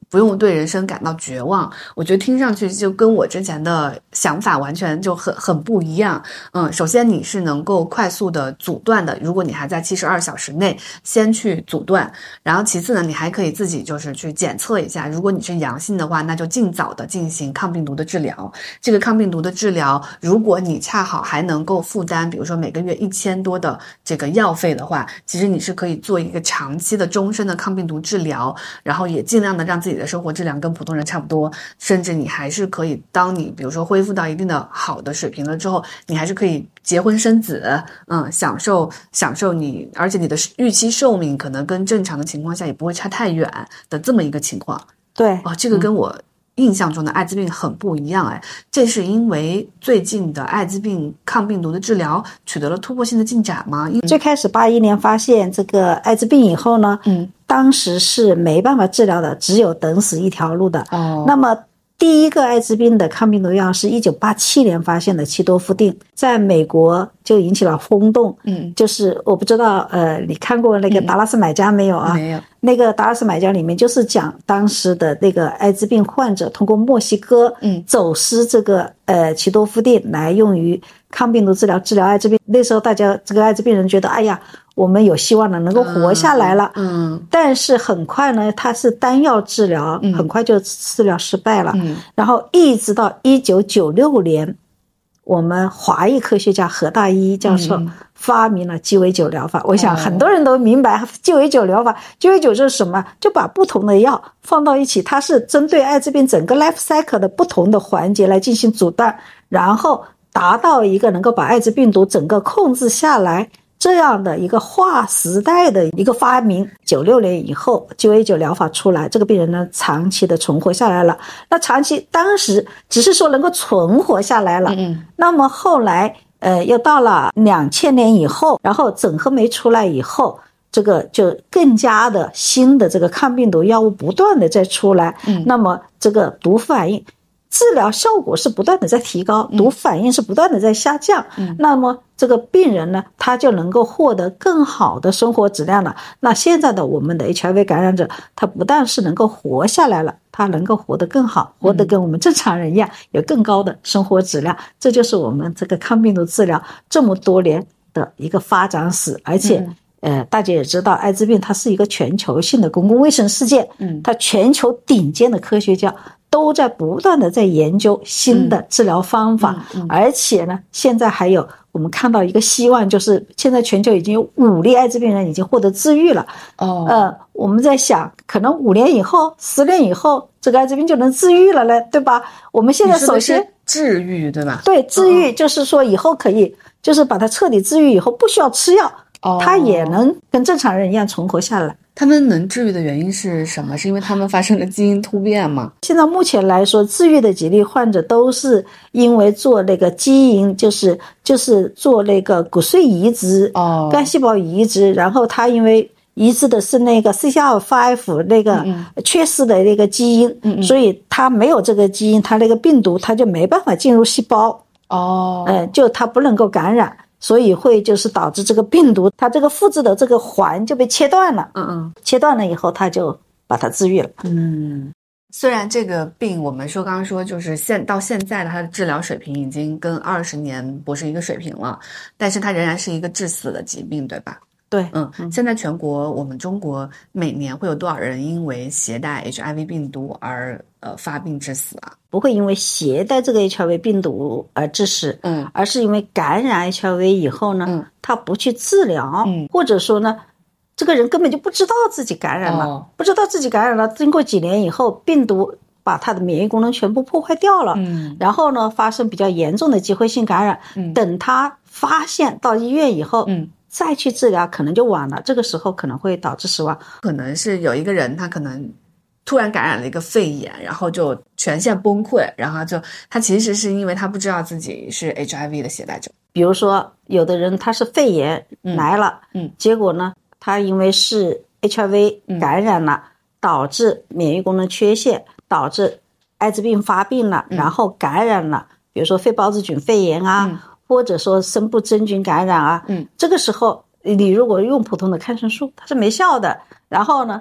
不用对人生感到绝望。我觉得听上去就跟我之前的想法完全就很很不一样。嗯，首先你是能够快速的阻断的，如果你还在七十二小时内先去阻断，然后其次呢，你还可以自己就是去检测一下，如果你是阳性的话，那就尽早的进行抗病毒的治疗。这个抗病毒的治疗，如果你恰好还能够负担，比如说每个月一千多的这个药费的话，其实你是可以做一个长期的终身的抗病毒治疗，然后也尽量的让自己的生活质量跟普通人差不多，甚至你还是可以，当你比如说恢复到一定的好的水平了之后，你还是可以结婚生子，嗯，享受享受你，而且你的预期寿命可能跟正常的情况下也不会差太远的这么一个情况。 对， 哦，这个跟我印象中的艾滋病很不一样哎，这是因为最近的艾滋病抗病毒的治疗取得了突破性的进展吗？ 最开始八一年发现这个艾滋病以后呢，嗯，当时是没办法治疗的，只有等死一条路的。哦，那么第一个艾滋病的抗病毒药是一九八七年发现的齐多夫定，在美国就引起了轰动。嗯，就是我不知道，呃，你看过那个达拉斯买家没有啊？ 没有。 那个达拉斯买家里面就是讲当时的那个艾滋病患者通过墨西哥嗯走私这个呃齐多夫定来用于抗病毒治疗治疗艾滋病。那时候大家这个艾滋病人觉得，哎呀，我们有希望了，能够活下来了。嗯，嗯但是很快呢，它是单药治疗，嗯、很快就治疗失败了。嗯，然后一直到一九九六年，我们华裔科学家何大一教授。嗯发明了鸡尾酒疗法，我想很多人都明白鸡尾酒疗法。鸡尾酒就是什么？就把不同的药放到一起，它是针对艾滋病整个 life cycle 的不同的环节来进行阻断，然后达到一个能够把艾滋病毒整个控制下来这样的一个划时代的一个发明。九六年以后鸡尾酒疗法出来，这个病人呢长期的存活下来了。那长期当时只是说能够存活下来了，嗯，那么后来呃，又到了两千年以后，然后整合酶出来以后，这个就更加的新的这个抗病毒药物不断的在出来，嗯，那么这个毒反应治疗效果是不断的在提高，毒反应是不断的在下降，嗯，那么这个病人呢，他就能够获得更好的生活质量了。那现在的我们的 H I V 感染者，他不但是能够活下来了，他能够活得更好，活得跟我们正常人一样，有更高的生活质量。这就是我们这个抗病毒治疗这么多年的一个发展史。而且呃，大家也知道艾滋病它是一个全球性的公共卫生事件，嗯，它全球顶尖的科学家都在不断的在研究新的治疗方法，嗯嗯嗯、而且呢，现在还有我们看到一个希望，就是现在全球已经有五例艾滋病人已经获得治愈了。哦，呃，我们在想，可能五年以后、十年以后，这个艾滋病就能治愈了呢，对吧？我们现在首先治愈，对吧？ 对，治愈就是说以后可以，就是把它彻底治愈以后，不需要吃药，哦，它也能跟正常人一样存活下来。 他们能治愈的原因是什么？是因为他们发生了基因突变吗？ 现在目前来说，治愈的几例患者都是因为做那个基因，就是就是做那个骨髓移植、哦，干细胞移植，然后他因为移植的是那个 C C R 五 那个缺失的那个基因，嗯嗯，所以他没有这个基因，他那个病毒他就没办法进入细胞，哦，嗯、呃，就他不能够感染。所以会就是导致这个病毒它这个复制的这个环就被切断了，嗯嗯，切断了以后它就把它治愈了。 嗯，虽然这个病我们说刚刚说就是现到现在的它的治疗水平已经跟二十年不是一个水平了，但是它仍然是一个致死的疾病，对吧？ 对， 嗯，现在全国我们中国每年会有多少人因为携带 H I V 病毒而呃发病致死啊？ 不会因为携带这个 H I V 病毒而致死，嗯，而是因为感染 H I V 以后呢，嗯，他不去治疗，嗯，或者说呢，这个人根本就不知道自己感染了，哦，不知道自己感染了，经过几年以后，病毒把他的免疫功能全部破坏掉了，嗯，然后呢，发生比较严重的机会性感染，嗯，等他发现到医院以后，嗯。再去治疗可能就晚了，这个时候可能会导致死亡。 可能是有一个人他可能突然感染了一个肺炎，然后就全线崩溃，然后就他其实是因为他不知道自己是 H I V 的携带者。 比如说有的人他是肺炎来了，嗯，嗯结果呢他因为是 H I V 感染了，嗯，导致免疫功能缺陷，导致艾滋病发病了，嗯，然后感染了，比如说肺孢子菌肺炎啊，嗯或者说深部真菌感染啊，嗯，这个时候你如果用普通的抗生素它是没效的，然后呢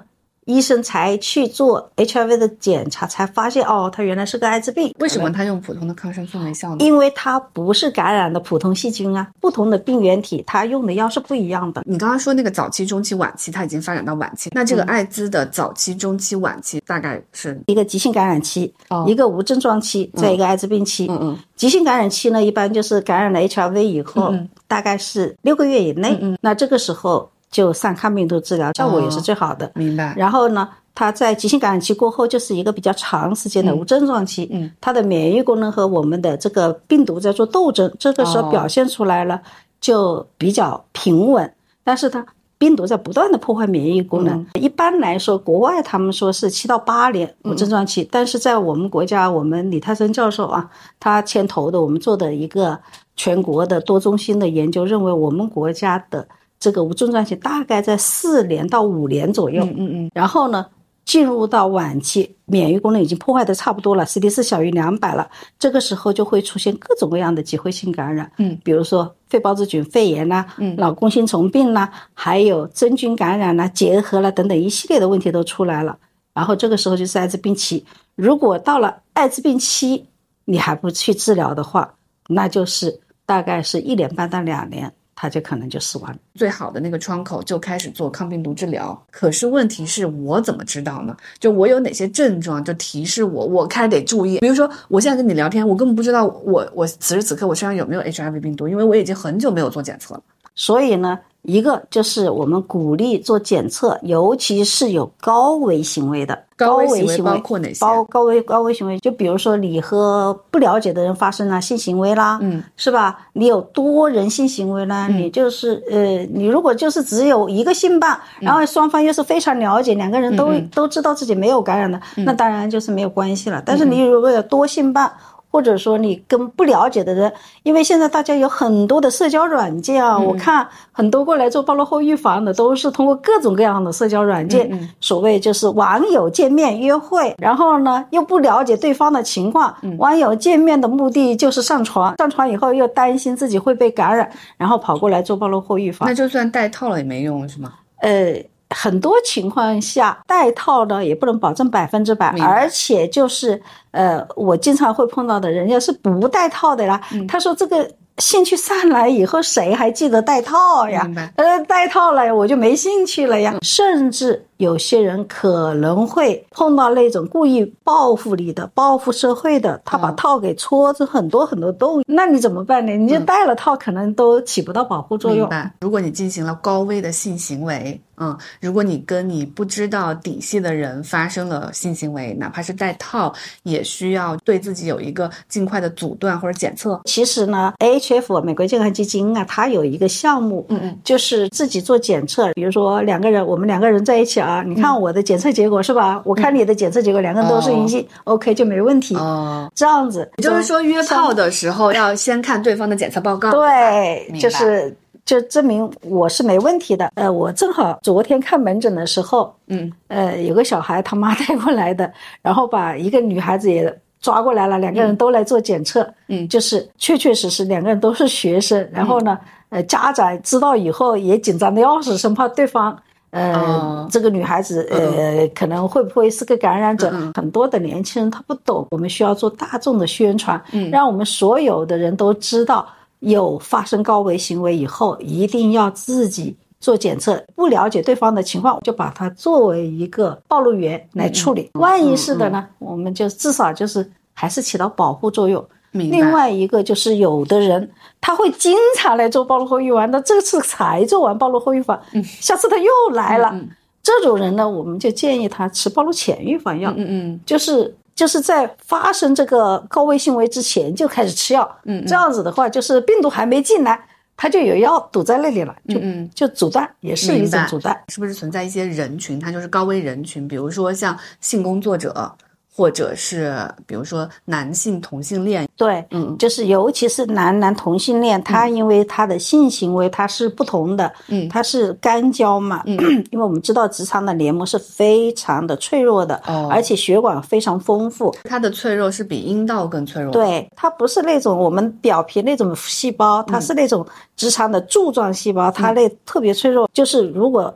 医生才去做 H I V 的检查，才发现哦，他原来是个艾滋病。 为什么他用普通的抗生素没效呢？ 因为它不是感染的普通细菌啊，不同的病原体它用的药是不一样的。 你刚刚说那个早期、中期、晚期，它已经发展到晚期，那这个艾滋的早期、中期、晚期大概是一个急性感染期， 哦、 一个无症状期，再一个艾滋病期。 嗯嗯， 急性感染期呢，一般就是感染了 H I V 以后，嗯嗯大概是六个月以内。嗯嗯，那这个时候就上抗病毒治疗，效果也是最好的。 哦、明白。 然后呢，它在急性感染期过后就是一个比较长时间的无症状期，嗯，它的免疫功能和我们的这个病毒在做斗争，这个时候表现出来了就比较平稳，但是它病毒在不断的破坏免疫功能。嗯、一般来说，国外他们说是七到八年无症状期，嗯、但是在我们国家，我们李泰生教授啊，他牵头的我们做的一个全国的多中心的研究，认为我们国家的这个无症状期大概在四年到五年左右。嗯嗯嗯，然后呢，进入到晚期，免疫功能已经破坏的差不多了 ，C D 四 小于两百了，这个时候就会出现各种各样的集会性感染，嗯，比如说肺孢子菌肺炎啦、啊，嗯，脑弓形虫病啦、啊，还有真菌感染啦、啊、结核啦等等一系列的问题都出来了。然后这个时候就是艾滋病期，如果到了艾滋病期你还不去治疗的话，那就是大概是一年半到两年。他就可能就死亡。 最好的那个窗口就开始做抗病毒治疗，可是问题是我怎么知道呢？就我有哪些症状就提示我，我开始得注意。比如说我现在跟你聊天，我根本不知道我我此时此刻我身上有没有 H I V 病毒，因为我已经很久没有做检测了。 所以呢，一个就是我们鼓励做检测，尤其是有高危行为的。 高危行为包括哪些？ 包高危高危行为，就比如说你和不了解的人发生了性行为啦，嗯，是吧？你有多人性行为啦，嗯、你就是呃，你如果就是只有一个性伴，嗯、然后双方又是非常了解，两个人都、嗯、都知道自己没有感染的，嗯、那当然就是没有关系了。但是你如果有多性伴，或者说你跟不了解的人，因为现在大家有很多的社交软件啊，嗯、我看很多过来做暴露后预防的都是通过各种各样的社交软件，嗯嗯所谓就是网友见面约会，然后呢又不了解对方的情况，嗯、网友见面的目的就是上床，上床以后又担心自己会被感染，然后跑过来做暴露后预防。 那就算戴套了也没用是吗？ 呃很多情况下戴套呢也不能保证百分之百，而且就是呃，我经常会碰到的人家是不戴套的啦，嗯、他说这个兴趣上来以后谁还记得戴套呀？呃，戴套了我就没兴趣了呀。嗯、甚至有些人可能会碰到那种故意报复你的、报复社会的，他把套给戳着很多很多洞，嗯、那你怎么办呢？你就戴了套，可能都起不到保护作用。 明白。如果你进行了高危的性行为，嗯，如果你跟你不知道底细的人发生了性行为，哪怕是戴套，也需要对自己有一个尽快的阻断或者检测。 其实呢 ，A H F 美国健康基金啊，它有一个项目，嗯嗯，就是自己做检测。比如说两个人，我们两个人在一起啊，你看我的检测结果是吧？嗯、我看你的检测结果，两个人都是阴性、哦、，OK 就没问题。哦，这样子， 也就是说约炮的时候要先看对方的检测报告。 对，就是。就证明我是没问题的。呃，我正好昨天看门诊的时候，嗯，呃，有个小孩他妈带过来的，然后把一个女孩子也抓过来了，两个人都来做检测，嗯，就是确确实实两个人都是学生，然后呢，呃，家长知道以后也紧张的要死，生怕对方。呃、哦，这个女孩子呃，嗯、可能会不会是个感染者？嗯、很多的年轻人他不懂，我们需要做大众的宣传，嗯，让我们所有的人都知道。有发生高危行为以后，一定要自己做检测，不了解对方的情况，就把它作为一个暴露源来处理。嗯、万一是的呢，嗯嗯、我们就至少就是还是起到保护作用。另外一个就是有的人他会经常来做暴露后预防，那这次才做完暴露后预防，嗯、下次他又来了。嗯嗯、这种人呢，我们就建议他吃暴露前预防药，嗯嗯，就是。就是在发生这个高危行为之前就开始吃药，嗯，这样子的话，就是病毒还没进来，它就有药堵在那里了，就嗯就阻断，也是一种阻断。 是不是存在一些人群，它就是高危人群，比如说像性工作者，或者是比如说男性同性恋？ 对，嗯，就是尤其是男男同性恋，他因为他的性行为他是不同的，嗯，他是干交嘛，嗯，因为我们知道直肠的黏膜是非常的脆弱的，哦，而且血管非常丰富， 它的脆弱是比阴道更脆弱的。 对，它不是那种我们表皮那种细胞，它是那种直肠的柱状细胞，它那特别脆弱，嗯，就是如果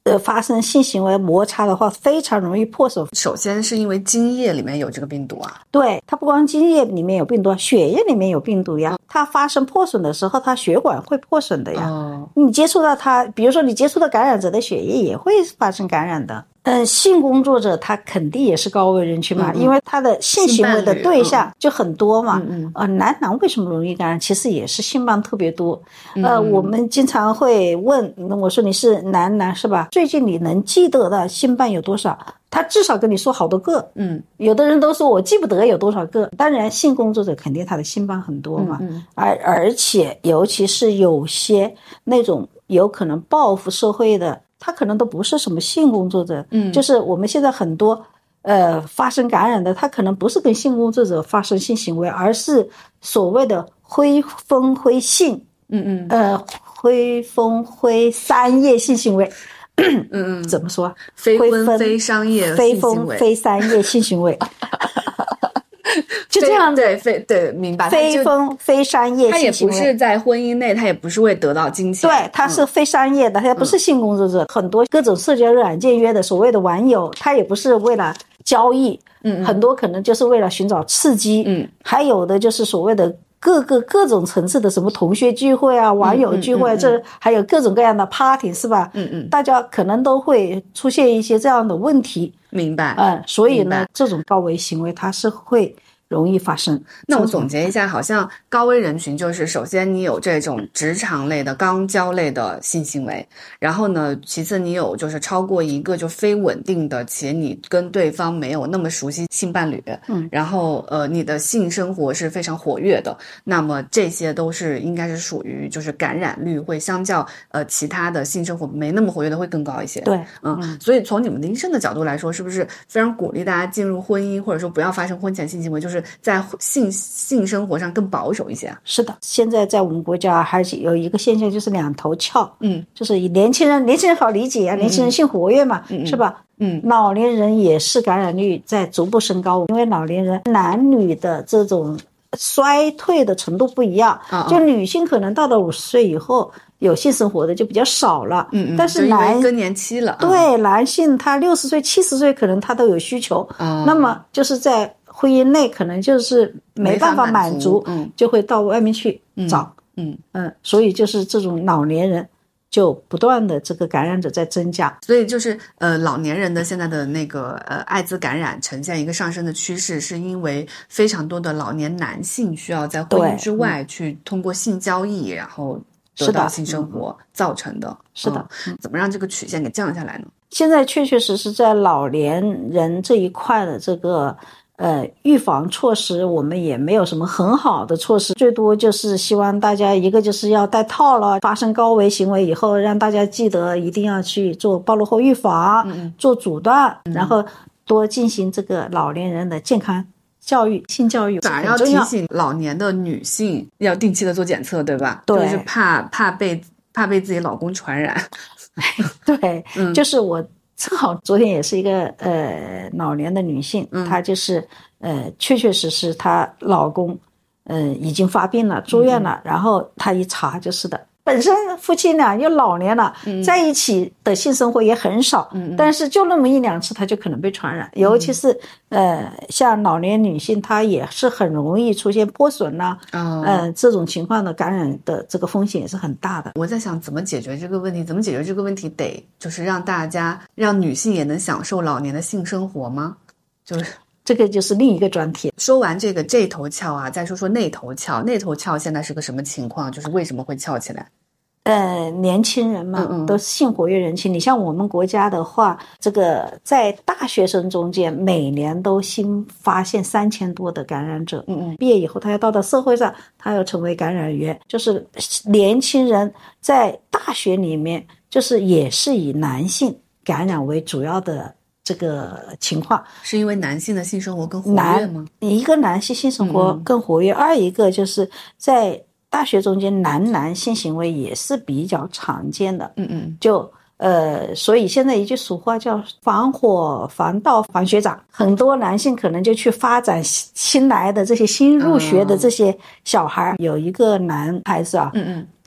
呃发生性行为摩擦的话，非常容易破损。 首先是因为精液里面有这个病毒啊， 对，它不光精液里面有病毒，血液里面有病毒呀。它发生破损的时候，它血管会破损的呀。 哦， 你接触到它，比如说你接触到感染者的血液也会发生感染的。嗯，性工作者他肯定也是高危人群嘛，嗯、因为他的性行为的对象就很多嘛。嗯嗯。呃，男男为什么容易感染？其实也是性伴特别多。嗯、呃，我们经常会问，我说你是男男是吧？最近你能记得的性伴有多少？他至少跟你说好多个。嗯，有的人都说我记不得有多少个。当然，性工作者肯定他的性伴很多嘛。嗯嗯。而而且，尤其是有些那种有可能报复社会的。他可能都不是什么性工作者，嗯，就是我们现在很多呃发生感染的，他可能不是跟性工作者发生性行为，而是所谓的灰风灰性，嗯嗯，呃灰风灰三业性行为，嗯嗯，怎么说？ 非婚非商业非风非三业性行为。就这样， 对，非对，明白。 非婚非商业性行为， 他也不是在婚姻内，他也不是为得到金钱， 对，他是非商业的，他、嗯、不是性工作者。很多各种社交软件约的所谓的网友，他也不是为了交易，嗯，很多可能就是为了寻找刺激，嗯，还有的就是所谓的各个各种层次的什么同学聚会啊、网友聚会，嗯嗯嗯、这还有各种各样的 party， 是吧？嗯嗯，大家可能都会出现一些这样的问题， 明白？ 嗯，所以呢，这种高危行为它是会容易发生。 那我总结一下，好像高危人群就是首先你有这种职场类的肛交类的性行为，然后呢其次你有就是超过一个就非稳定的且你跟对方没有那么熟悉性伴侣，嗯，然后呃你的性生活是非常活跃的，那么这些都是应该是属于就是感染率会相较呃其他的性生活没那么活跃的会更高一些。 对， 嗯，嗯所以从你们的医生的角度来说，是不是非常鼓励大家进入婚姻，或者说不要发生婚前性行为，就是在性性生活上更保守一些？ 是的，现在在我们国家还是有一个现象，就是两头翘。嗯，就是年轻人，年轻人好理解啊，嗯、年轻人性活跃嘛，嗯、是吧？嗯，老年人也是感染率在逐步升高，因为老年人男女的这种衰退的程度不一样，哦、就女性可能到了五十岁以后。有性生活的就比较少了，嗯嗯，但是男更年期了， 对、嗯、男性他六十岁、七十岁可能他都有需求，嗯，那么就是在婚姻内可能就是没办法满足，嗯，就会到外面去找，嗯 嗯, 嗯，所以就是这种老年人就不断的这个感染者在增加， 所以就是呃老年人的现在的那个呃艾滋感染呈现一个上升的趋势，是因为非常多的老年男性需要在婚姻之外去通过性交易，然后。得到性生活造成的， 是的、 嗯，怎么让这个曲线给降下来呢？ 现在确确实实在老年人这一块的这个呃预防措施，我们也没有什么很好的措施，最多就是希望大家一个就是要戴套了，发生高危行为以后，让大家记得一定要去做暴露后预防，嗯、做阻断，嗯、然后多进行这个老年人的健康。教育性教育反而要提醒老年的女性要定期的做检测，对吧？ 对， 就是怕怕被怕被自己老公传染。 对、嗯，就是我正好昨天也是一个呃老年的女性，嗯、她就是呃确确实实她老公呃已经发病了，住院了，嗯、然后她一查就是的。本身夫妻俩又老年了、嗯、在一起的性生活也很少、嗯、但是就那么一两次他就可能被传染、嗯、尤其是呃像老年女性她也是很容易出现破损呐、啊哦、呃这种情况的感染的这个风险也是很大的。 我在想怎么解决这个问题，怎么解决这个问题得就是让大家让女性也能享受老年的性生活吗？就是这个就是另一个专题。 说完这个这头翘啊，再说说那头翘。那头翘现在是个什么情况？就是为什么会翘起来？ 呃，年轻人嘛，嗯嗯都是性活跃人群。你像我们国家的话，这个在大学生中间，每年都新发现三千多的感染者。嗯嗯，毕业以后，他要到到社会上，他要成为感染源。就是年轻人在大学里面，就是也是以男性感染为主要的。这个情况是因为男性的性生活更活跃吗？ 一个男性性生活更活跃、嗯、二一个就是在大学中间男男性行为也是比较常见的。嗯嗯，就呃，所以现在一句俗话叫防火防盗防学长，很多男性可能就去发展新来的这些新入学的这些小孩、嗯、有一个男孩子啊，嗯嗯，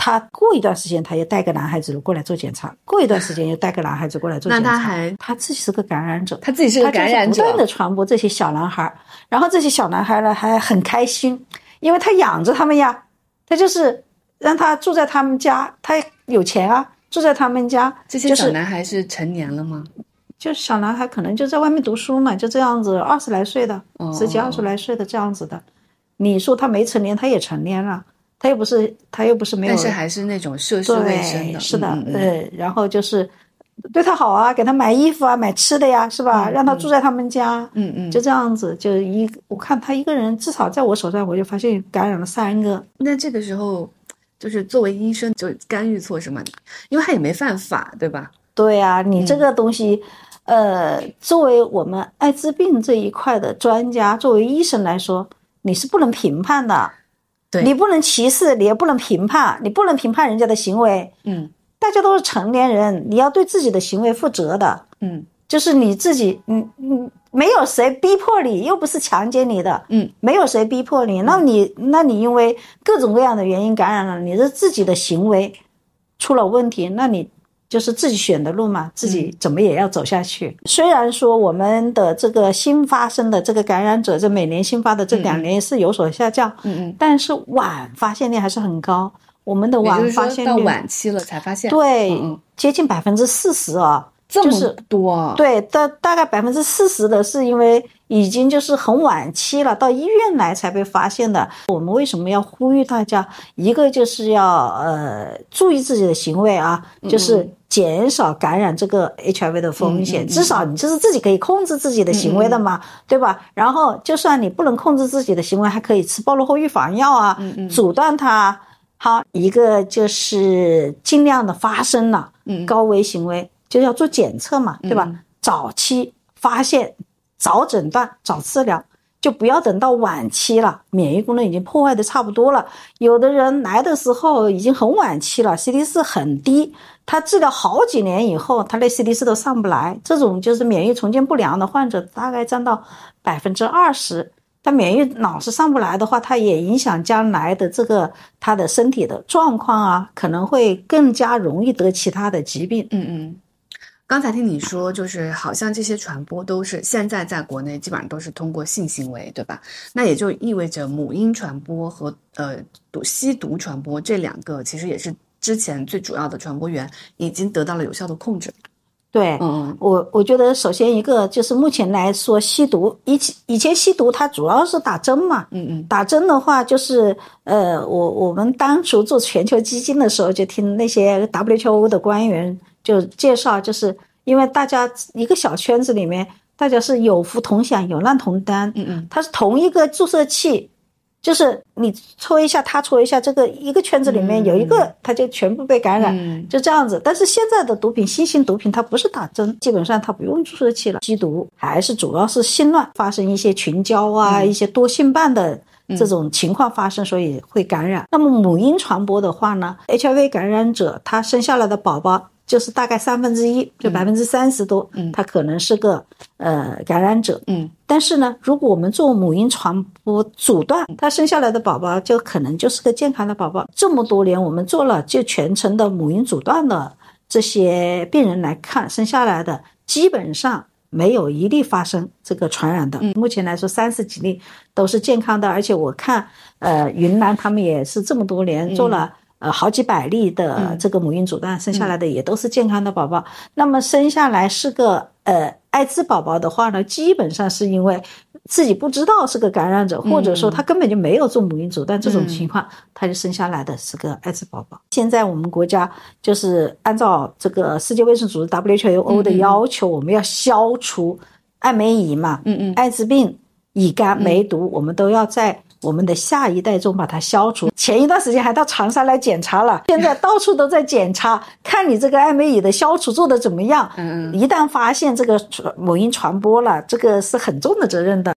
他过一段时间他又带个男孩子过来做检查，过一段时间又带个男孩子过来做检查。 那他还他自己是个感染者， 他自己是个感染者， 他就是不断的传播这些小男孩，然后这些小男孩呢还很开心，因为他养着他们呀，他就是让他住在他们家，他有钱啊，住在他们家。 这些小男孩是成年了吗？ 就是小男孩可能就在外面读书嘛，就这样子，二十来岁的， 哦、 十几二十来岁的这样子的。你说他没成年，他也成年了。他又不是，他又不是没有， 但是还是那种涉世未深的， 是的， 嗯嗯呃，然后就是对他好啊，给他买衣服啊，买吃的呀，是吧？ 嗯、 让他住在他们家， 嗯嗯， 就这样子，就一我看他一个人，至少在我手上，我就发现感染了三个。 那这个时候，就是作为医生就干预措施嘛，因为他也没犯法，对吧？ 对啊，你这个东西，嗯、呃，作为我们艾滋病这一块的专家，作为医生来说，你是不能评判的。你不能歧视，你也不能评判，你不能评判人家的行为。 嗯， 大家都是成年人，你要对自己的行为负责的。 嗯， 就是你自己，嗯嗯，没有谁逼迫你，又不是强奸你的。 嗯， 没有谁逼迫你，那你那你因为各种各样的原因感染了，你是自己的行为出了问题，那你就是自己选的路嘛，自己怎么也要走下去。嗯、虽然说我们的这个新发生的这个感染者，这每年新发的这两年是有所下降， 嗯嗯， 但是晚发现率还是很高。我们的晚发现率到晚期了才发现， 对， 嗯嗯接近百分之四十啊， 这么多， 就是、对，大大概百分之四十的是因为已经就是很晚期了，到医院来才被发现的。我们为什么要呼吁大家？一个就是要呃注意自己的行为啊，就是减少感染这个 H I V 的风险。 嗯嗯嗯、 至少你就是自己可以控制自己的行为的嘛， 嗯嗯对吧？然后就算你不能控制自己的行为，还可以吃暴露后预防药啊， 嗯嗯阻断它。好，一个就是尽量的发生了高危行为，嗯、就要做检测嘛，对吧？ 嗯、 早期发现，早诊断，早治疗，就不要等到晚期了，免疫功能已经破坏的差不多了。有的人来的时候已经很晚期了 ，C D 四 很低，他治疗好几年以后，他连 C D 四 都上不来，这种就是免疫重建不良的患者，大概占到百分之二十。他免疫老是上不来的话，他也影响将来的这个他的身体的状况啊，可能会更加容易得其他的疾病。 嗯嗯，刚才听你说，就是好像这些传播都是现在在国内基本上都是通过性行为，对吧？那也就意味着母婴传播和呃毒吸毒传播这两个其实也是之前最主要的传播源，已经得到了有效的控制。 对，嗯，我我觉得首先一个就是目前来说吸毒，以前以前吸毒它主要是打针嘛， 嗯嗯， 打针的话就是呃，我我们当初做全球基金的时候，就听那些 W H O 的官员就介绍，就是因为大家一个小圈子里面，大家是有福同享，有难同当， 嗯嗯， 它是同一个注射器。就是你戳一下他戳一下，这个一个圈子里面有一个、嗯、他就全部被感染、嗯、就这样子。但是现在的毒品新型毒品它不是打针，基本上它不用注射器了，吸毒还是主要是性乱，发生一些群交啊、嗯、一些多性伴的这种情况发生，所以会感染、嗯、那么母婴传播的话呢， H I V 感染者他生下来的宝宝就是大概三分之一，就百分之三十多，嗯，他可能是个呃感染者，嗯，但是呢，如果我们做母婴传播阻断，他生下来的宝宝就可能就是个健康的宝宝。这么多年我们做了就全程的母婴阻断的这些病人来看，生下来的基本上没有一例发生这个传染的，嗯、目前来说三十几例都是健康的，而且我看呃云南他们也是这么多年做了、嗯。呃，好几百例的这个母婴阻断、嗯、生下来的也都是健康的宝宝、嗯、那么生下来是个呃艾滋宝宝的话呢，基本上是因为自己不知道是个感染者、嗯、或者说他根本就没有做母婴阻断、嗯、这种情况他就生下来的是个艾滋宝宝。现在我们国家就是按照这个世界卫生组织 W H O 的要求、嗯、我们要消除艾美乙嘛，嗯嗯，艾滋病、乙肝、梅毒、嗯、我们都要在我们的下一代中把它消除。前一段时间还到长沙来检查了，现在到处都在检查，看你这个艾美乙的消除做得怎么样。嗯嗯，一旦发现这个母婴传播了，这个是很重的责任的。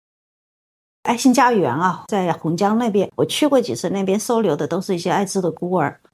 爱心家园啊，在洪江那边，我去过几次，那边收留的都是一些艾滋的孤儿。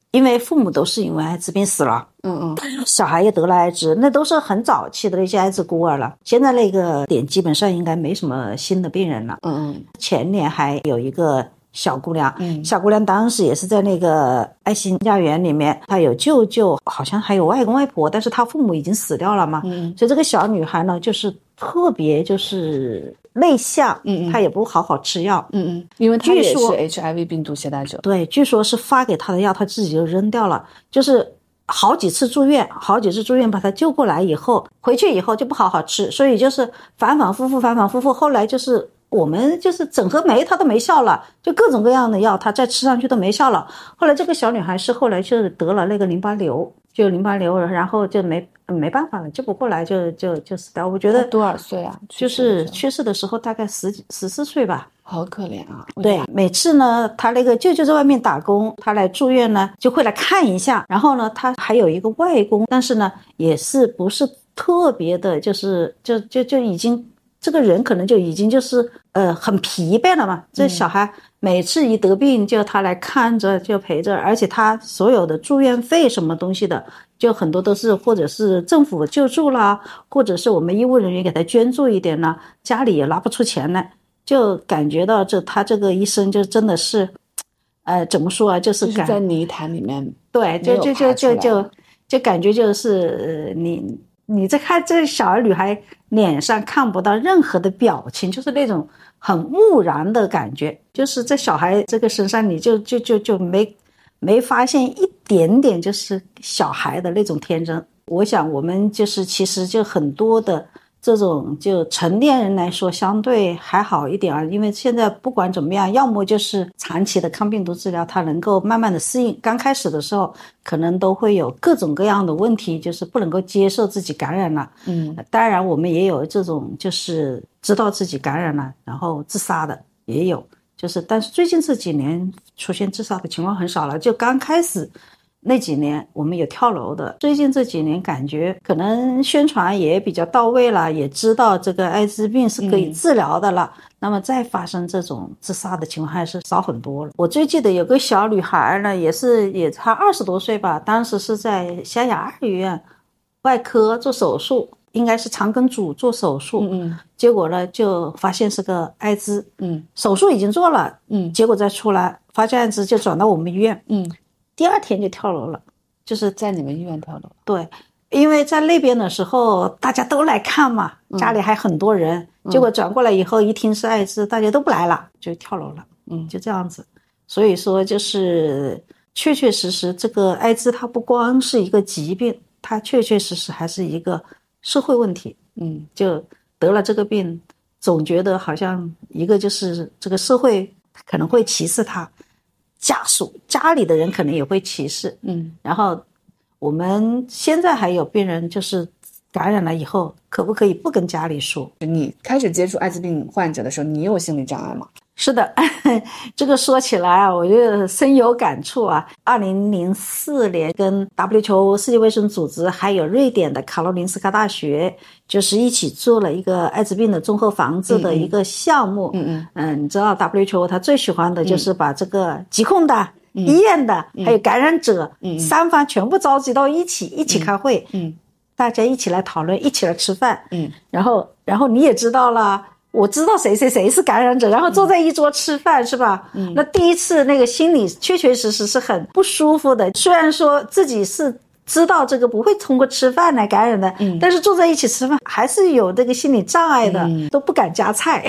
因为父母都是因为艾滋病死了， 嗯嗯， 小孩也得了艾滋，那都是很早期的那些艾滋孤儿了。现在那个点基本上应该没什么新的病人了。 嗯嗯， 前年还有一个小姑娘， 嗯， 小姑娘当时也是在那个爱心家园里面，她有舅舅，好像还有外公外婆，但是她父母已经死掉了嘛， 嗯， 所以这个小女孩呢，就是特别就是内向， 嗯嗯， 她也不好好吃药， 嗯嗯，因为她也是据说 H I V 病毒携带者， 对，据说是发给她的药，她自己就扔掉了，就是好几次住院，好几次住院把她救过来以后，回去以后就不好好吃，所以就是反反复复，反反复复，后来就是。我们就是整盒酶它都没效了，就各种各样的药它再吃上去都没效了。后来这个小女孩是后来就得了那个淋巴瘤，就淋巴瘤，然后就没没办法了，救不过来就就就死掉。我觉得多少岁啊？ 就是去世的时候大概十十四岁吧。 好可怜啊！ 对，每次呢，他那个舅舅在外面打工，他来住院呢，就会来看一下。然后呢，他还有一个外公，但是呢，也是不是特别的，就是就就就已经。这个人可能就已经就是呃很疲惫了嘛。这小孩每次一得病就他来看着就陪着，而且他所有的住院费什么东西的，就很多都是或者是政府救助啦，或者是我们医务人员给他捐助一点啦，家里也拿不出钱来，就感觉到这他这个医生就真的是，呃怎么说啊，就是就是在泥潭里面， 对，就就就就就就感觉就是呃你。你再看这小儿女孩脸上看不到任何的表情，就是那种很木然的感觉，就是在小孩这个身上你就就就就没没发现一点点就是小孩的那种天真。我想我们就是其实就很多的这种就成年人来说相对还好一点啊，因为现在不管怎么样，要么就是长期的抗病毒治疗，它能够慢慢的适应，刚开始的时候可能都会有各种各样的问题，就是不能够接受自己感染了。 嗯， 当然我们也有这种就是知道自己感染了然后自杀的也有，就是但是最近这几年出现自杀的情况很少了，就刚开始那几年我们有跳楼的，最近这几年感觉可能宣传也比较到位了，也知道这个艾滋病是可以治疗的了、嗯、那么再发生这种自杀的情况还是少很多了。我最记得有个小女孩呢，也是也才二十多岁吧，当时是在湘雅二医院外科做手术，应该是肠梗阻做手术， 嗯嗯， 结果呢就发现是个艾滋， 嗯， 手术已经做了， 嗯， 结果再出来发现艾滋就转到我们医院， 嗯， 第二天就跳楼了，就是在你们医院跳楼。 对，因为在那边的时候大家都来看嘛，家里还很多人、嗯、结果转过来以后一听是艾滋，大家都不来了，就跳楼了，嗯，就这样子。所以说就是确确实实这个艾滋它不光是一个疾病，它确确实实还是一个社会问题。嗯，就得了这个病总觉得好像一个就是这个社会可能会歧视他，家属家里的人可能也会歧视，嗯，然后我们现在还有病人就是感染了以后可不可以不跟家里说。 你开始接触艾滋病患者的时候你有心理障碍吗？ 是的，这个说起来啊，我就深有感触啊。二零零四年跟 W H O 世界卫生组织还有瑞典的卡罗林斯卡大学就是一起做了一个艾滋病的综合防治的一个项目。嗯嗯嗯，你知道 W H O 他最喜欢的就是把这个疾控的、嗯、医院的、嗯、还有感染者、嗯、三方全部召集到一起、嗯、一起开会，嗯，大家一起来讨论，一起来吃饭，嗯，然后然后你也知道了，我知道谁谁谁是感染者，然后坐在一桌吃饭、嗯、是吧？嗯，那第一次那个心里确确实实是很不舒服的，虽然说自己是知道这个不会通过吃饭来感染的，嗯，但是坐在一起吃饭还是有这个心理障碍的，嗯、都不敢夹菜。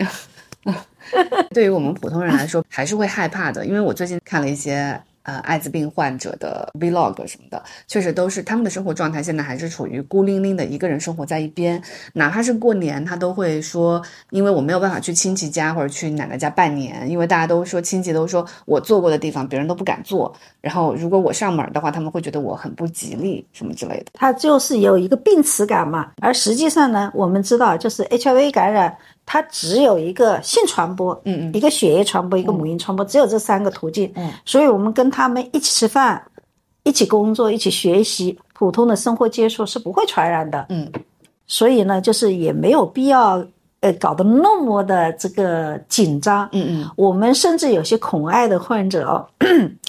对于我们普通人来说还是会害怕的，因为我最近看了一些呃，艾滋病患者的 vlog 什么的，确实都是他们的生活状态现在还是处于孤零零的一个人生活在一边，哪怕是过年他都会说，因为我没有办法去亲戚家或者去奶奶家拜年，因为大家都说亲戚都说我做过的地方别人都不敢做，然后如果我上门的话他们会觉得我很不吉利什么之类的， 他就是有一个病耻感嘛。而实际上呢，我们知道就是 H I V 感染它只有一个性传播，嗯嗯，一个血液传播，一个母婴传播，嗯，只有这三个途径。嗯，所以我们跟他们一起吃饭，一起工作，一起学习，普通的生活接触是不会传染的。嗯，所以呢，就是也没有必要呃搞得那么的这个紧张。嗯嗯，我们甚至有些恐艾的患者哦，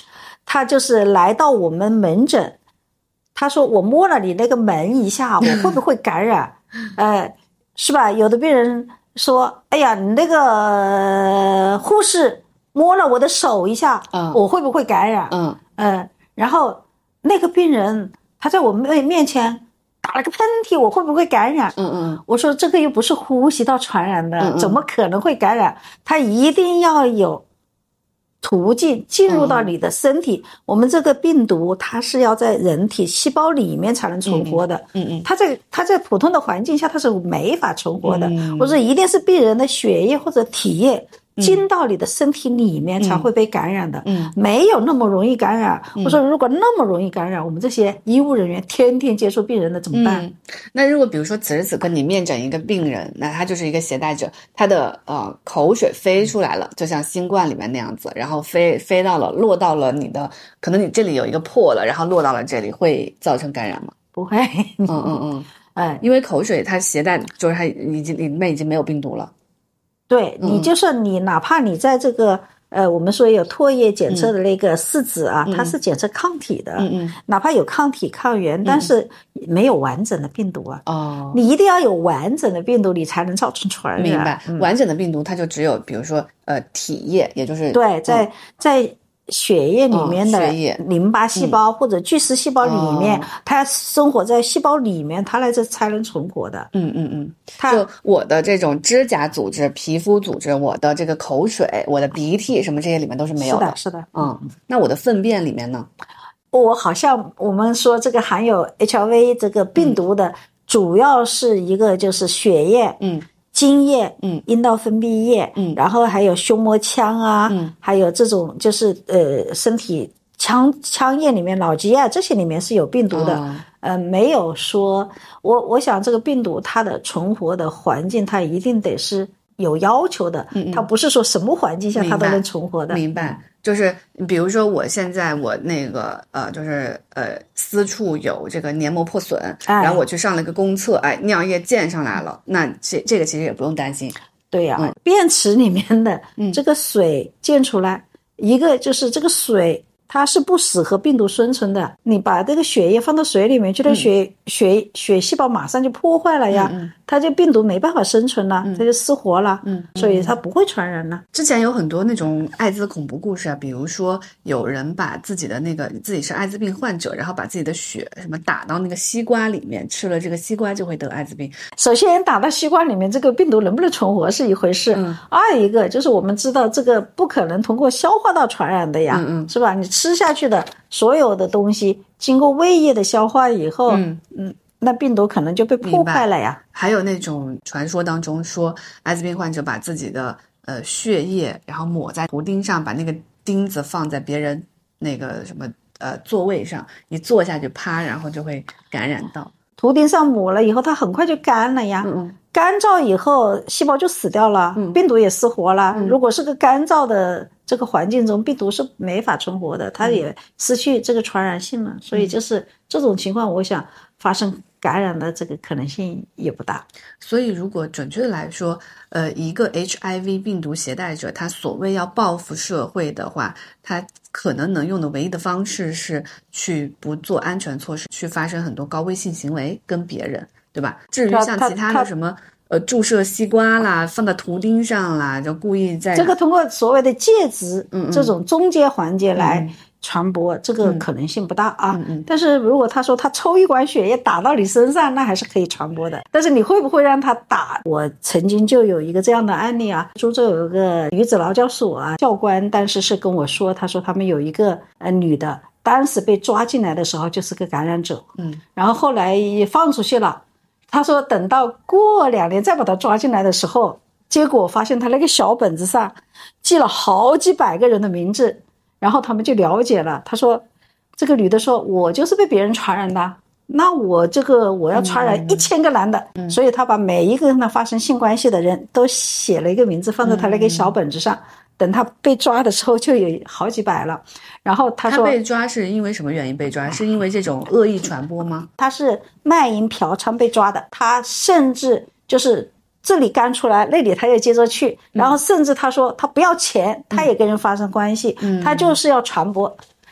他就是来到我们门诊，他说我摸了你那个门一下，我会不会感染？呃，是吧？有的病人说，哎呀，你那个、呃、护士摸了我的手一下，嗯、我会不会感染？嗯，呃，然后那个病人他在我们面前打了个喷嚏，我会不会感染？嗯嗯，我说这个又不是呼吸道传染的，嗯嗯，怎么可能会感染？他一定要有途径进入到你的身体、嗯、我们这个病毒它是要在人体细胞里面才能存活的，嗯嗯，它在它在普通的环境下它是没法存活的，嗯、或者一定是病人的血液或者体液进到你的身体里面才会被感染的，嗯，没有那么容易感染。我说如果那么容易感染，我们这些医务人员天天接触病人的怎么办？ 嗯，那如果比如说此时此刻你面诊一个病人，那他就是一个携带者，他的呃口水飞出来了，就像新冠里面那样子，然后飞飞到了落到了你的，可能你这里有一个破了，然后落到了这里，会造成感染吗？ 不会。 嗯嗯嗯，哎，因为口水它携带就是它已经里面已经没有病毒了。 对，你就算你哪怕你在这个呃我们说有唾液检测的那个试纸啊、嗯、它是检测抗体的，嗯嗯，哪怕有抗体抗原、嗯、但是没有完整的病毒啊，哦，你一定要有完整的病毒你才能造成传染。 明白、嗯、完整的病毒它就只有比如说呃体液，也就是对，在、嗯、在血液里面的淋巴细胞、哦、或者巨噬细胞里面、哦、它生活在细胞里面，它来这才能存活的。 嗯嗯嗯，就我的这种指甲组织、皮肤组织，我的这个口水、我的鼻涕什么这些里面都是没有的。 是的，是的。 嗯，那我的粪便里面呢？ 我好像我们说这个含有 H I V 这个病毒的、嗯、主要是一个就是血液，嗯，精液，嗯，阴道分泌液，嗯，然后还有胸膜腔啊，嗯，还有这种就是呃身体腔腔液里面脑积液这些里面是有病毒的，哦、呃，没有说我我想这个病毒它的存活的环境它一定得是有要求的，嗯嗯，它不是说什么环境下它都能存活的。 明白。就是比如说我现在我那个呃就是呃私处有这个黏膜破损、哎、然后我去上了一个公厕，哎，尿液溅上来了，那这这个其实也不用担心。 对呀、啊嗯，便池里面的这个水溅出来、嗯、一个就是这个水它是不适合病毒生存的，你把这个血液放到水里面去，这血、嗯、血血细胞马上就破坏了呀，嗯嗯，它这病毒没办法生存了，嗯、它就失活了，嗯，所以它不会传染了。 之前有很多那种艾滋恐怖故事啊，比如说有人把自己的那个自己是艾滋病患者，然后把自己的血什么打到那个西瓜里面，吃了这个西瓜就会得艾滋病。 首先打到西瓜里面，这个病毒能不能存活是一回事，嗯，二一个就是我们知道这个不可能通过消化道传染的呀，嗯嗯，是吧？你吃下去的所有的东西经过胃液的消化以后，嗯嗯，那病毒可能就被破坏了呀。 还有那种传说当中说艾滋病患者把自己的呃血液然后抹在图钉上，把那个钉子放在别人那个什么呃座位上，一坐下去啪，然后就会感染到。 图钉上抹了以后它很快就干了呀，嗯嗯，干燥以后细胞就死掉了，嗯，病毒也失活了，嗯，如果是个干燥的这个环境中，病毒是没法存活的，它也失去这个传染性了，嗯，所以就是这种情况我想发生感染的这个可能性也不大。 所以如果准确的来说，呃，一个 H I V 病毒携带者他所谓要报复社会的话，他可能能用的唯一的方式是去不做安全措施，去发生很多高危性行为跟别人，对吧？至于像其他的什么呃注射西瓜啦，放到图钉上啦，就故意在这个通过所谓的介质嗯嗯这种中间环节来传播，嗯，这个可能性不大啊，嗯嗯，但是如果他说他抽一管血液打到你身上，那还是可以传播的。但是你会不会让他打？我曾经就有一个这样的案例啊，苏州有一个女子劳教所啊，教官当时是跟我说，他说他们有一个呃女的，当时被抓进来的时候就是个感染者，嗯，然后后来也放出去了。他说等到过两年再把他抓进来的时候，结果发现他那个小本子上记了好几百个人的名字，然后他们就了解了。他说这个女的说我就是被别人传染的，那我这个我要传染一千个男的，嗯，所以他把每一个跟他发生性关系的人都写了一个名字放在他那个小本子上，嗯，等他被抓的时候就有好几百了。然后他说他被抓是因为什么原因被抓？是因为这种恶意传播吗？ 他是卖淫嫖娼被抓的，他甚至就是这里干出来那里他也接着去，然后甚至他说他不要钱，嗯，他也跟人发生关系，嗯，他就是要传播。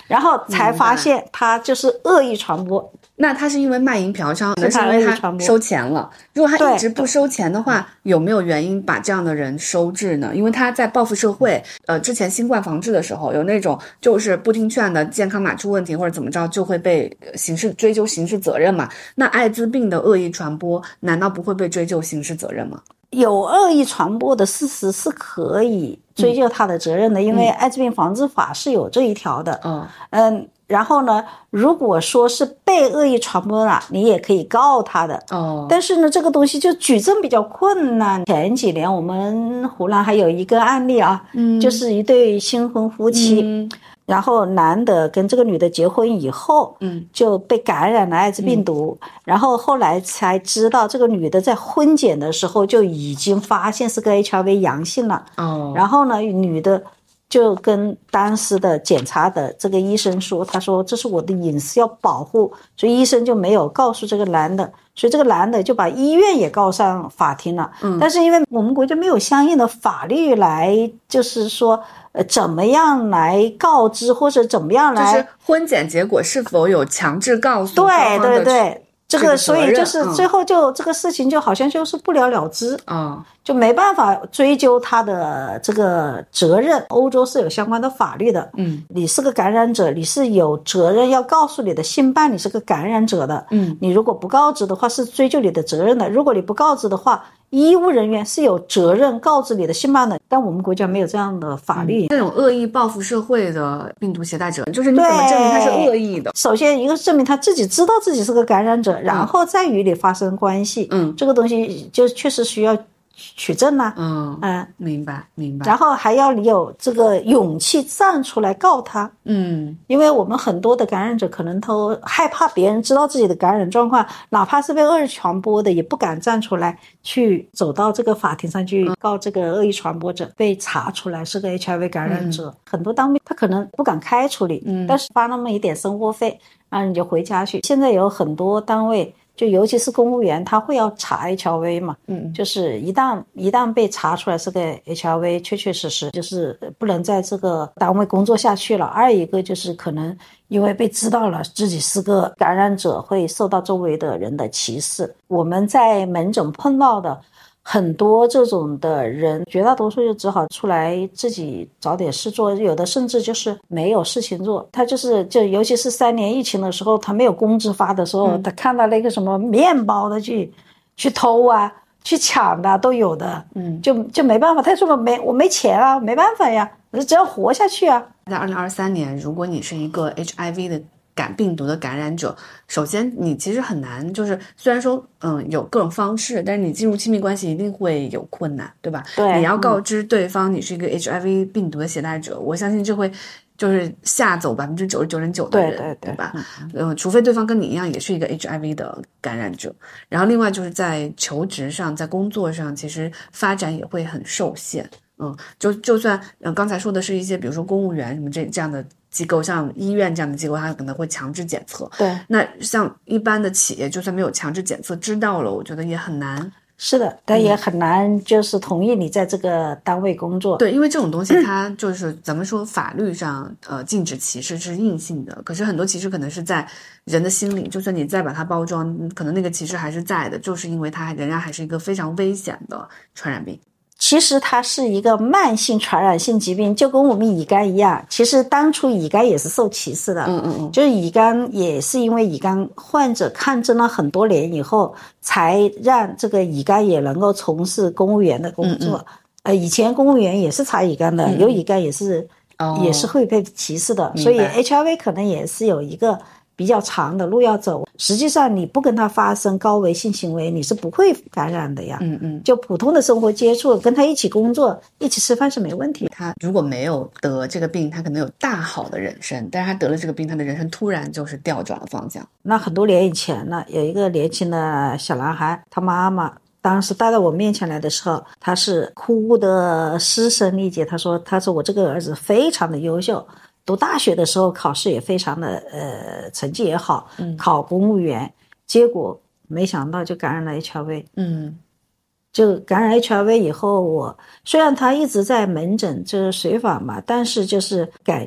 然后才发现他就是恶意传播。 那他是因为卖淫嫖娼，那是因为他收钱了。如果他一直不收钱的话，有没有原因把这样的人收治呢？因为他在报复社会。呃，之前新冠防治的时候，有那种就是不听劝的，健康码出问题或者怎么着，就会被刑事追究刑事责任嘛。那艾滋病的恶意传播，难道不会被追究刑事责任吗？ 有恶意传播的事实是可以追究他的责任的，嗯、因为艾滋病防治法是有这一条的。 嗯嗯。然后呢，如果说是被恶意传播了，你也可以告他的。 哦， 但是呢，这个东西就举证比较困难。前几年我们湖南还有一个案例啊，嗯，就是一对新婚夫妻，嗯，然后男的跟这个女的结婚以后，嗯，就被感染了艾滋病毒，嗯，然后后来才知道这个女的在婚检的时候就已经发现是个 H I V 阳性了。 哦， 然后呢，女的就跟当时的检查的这个医生说，他说这是我的隐私要保护，所以医生就没有告诉这个男的，所以这个男的就把医院也告上法庭了。嗯，但是因为我们国家没有相应的法律来，就是说呃怎么样来告知或者怎么样来， 就是婚检结果是否有强制告诉。 对对对。这个所以就是最后就、嗯、这个事情就好像就是不了了之啊、嗯， 就没办法追究他的这个责任。欧洲是有相关的法律的， 嗯， 你是个感染者，你是有责任要告诉你的性伴你是个感染者的， 嗯， 你如果不告知的话是追究你的责任的。如果你不告知的话，医务人员是有责任告知你的性伴的，但我们国家没有这样的法律。 嗯、这种恶意报复社会的病毒携带者，就是你怎么证明他是恶意的？ 首先一个是证明他自己知道自己是个感染者，然后再与你发生关系。 嗯， 这个东西就确实需要取证啦、啊。 嗯嗯， 明白明白。 然后还要你有这个勇气站出来告他。 嗯， 因为我们很多的感染者可能都害怕别人知道自己的感染状况，哪怕是被恶意传播的，也不敢站出来去走到这个法庭上去告这个恶意传播者，被查出来是个 H I V 感染者。嗯、很多单位他可能不敢开除你， 嗯， 但是发那么一点生活费，然后你就回家去。现在有很多单位。就尤其是公务员，他会要查 H I V 嘛， 嗯， 就是一旦一旦被查出来是个 H I V， 确确实实就是不能在这个单位工作下去了。二一个就是可能因为被知道了自己是个感染者，会受到周围的人的歧视。我们在门诊碰到的很多这种的人，绝大多数就只好出来自己找点事做，有的甚至就是没有事情做。他就是就尤其是三年疫情的时候，他没有工资发的时候，嗯、他看到那个什么面包的去去偷啊，去抢的都有的， 嗯， 就就没办法。他说我没我没钱啊，没办法呀，我只要活下去啊。 在二零二三年，如果你是一个 H I V 的感病毒的感染者，首先你其实很难，就是虽然说嗯有各种方式，但是你进入亲密关系一定会有困难，对吧？ 对， 你要告知对方你是一个 H I V 病毒的携带者，嗯、我相信这会就是吓走百分之九十九点九的人， 对对对， 对吧？ 嗯、 呃，除非对方跟你一样也是一个 H I V 的感染者，然后另外就是在求职上，在工作上，其实发展也会很受限。嗯，就就算呃刚才说的是一些，比如说公务员什么这这样的机构，像医院这样的机构，它可能会强制检测。 对， 那像一般的企业，就算没有强制检测，知道了，我觉得也很难。 是的，但也很难就是同意你在这个单位工作。 对，因为这种东西它就是咱们说法律上呃禁止歧视是硬性的，可是很多歧视可能是在人的心里，就算你再把它包装，可能那个歧视还是在的，就是因为它仍然还是一个非常危险的传染病。 其实它是一个慢性传染性疾病，就跟我们乙肝一样。其实当初乙肝也是受歧视的， 嗯嗯嗯， 就是乙肝也是因为乙肝患者抗争了很多年以后，才让这个乙肝也能够从事公务员的工作。嗯嗯呃，以前公务员也是查乙肝的，嗯、有乙肝也是、哦、也是会被歧视的，所以 H I V 可能也是有一个比较长的路要走。实际上你不跟他发生高危性行为，你是不会感染的呀。 嗯嗯， 就普通的生活接触，跟他一起工作一起吃饭是没问题。 他如果没有得这个病，他可能有大好的人生，但是他得了这个病，他的人生突然就是调转了方向。 那很多年以前呢，有一个年轻的小男孩，他妈妈当时带到我面前来的时候，他是哭的嘶声力竭。他说他说我这个儿子非常的优秀，读大学的时候考试也非常的呃成绩也好， 嗯， 考公务员，结果没想到就感染了 H I V。 嗯， 就感染 H I V 以后，我虽然他一直在门诊就是随访嘛，但是就是感觉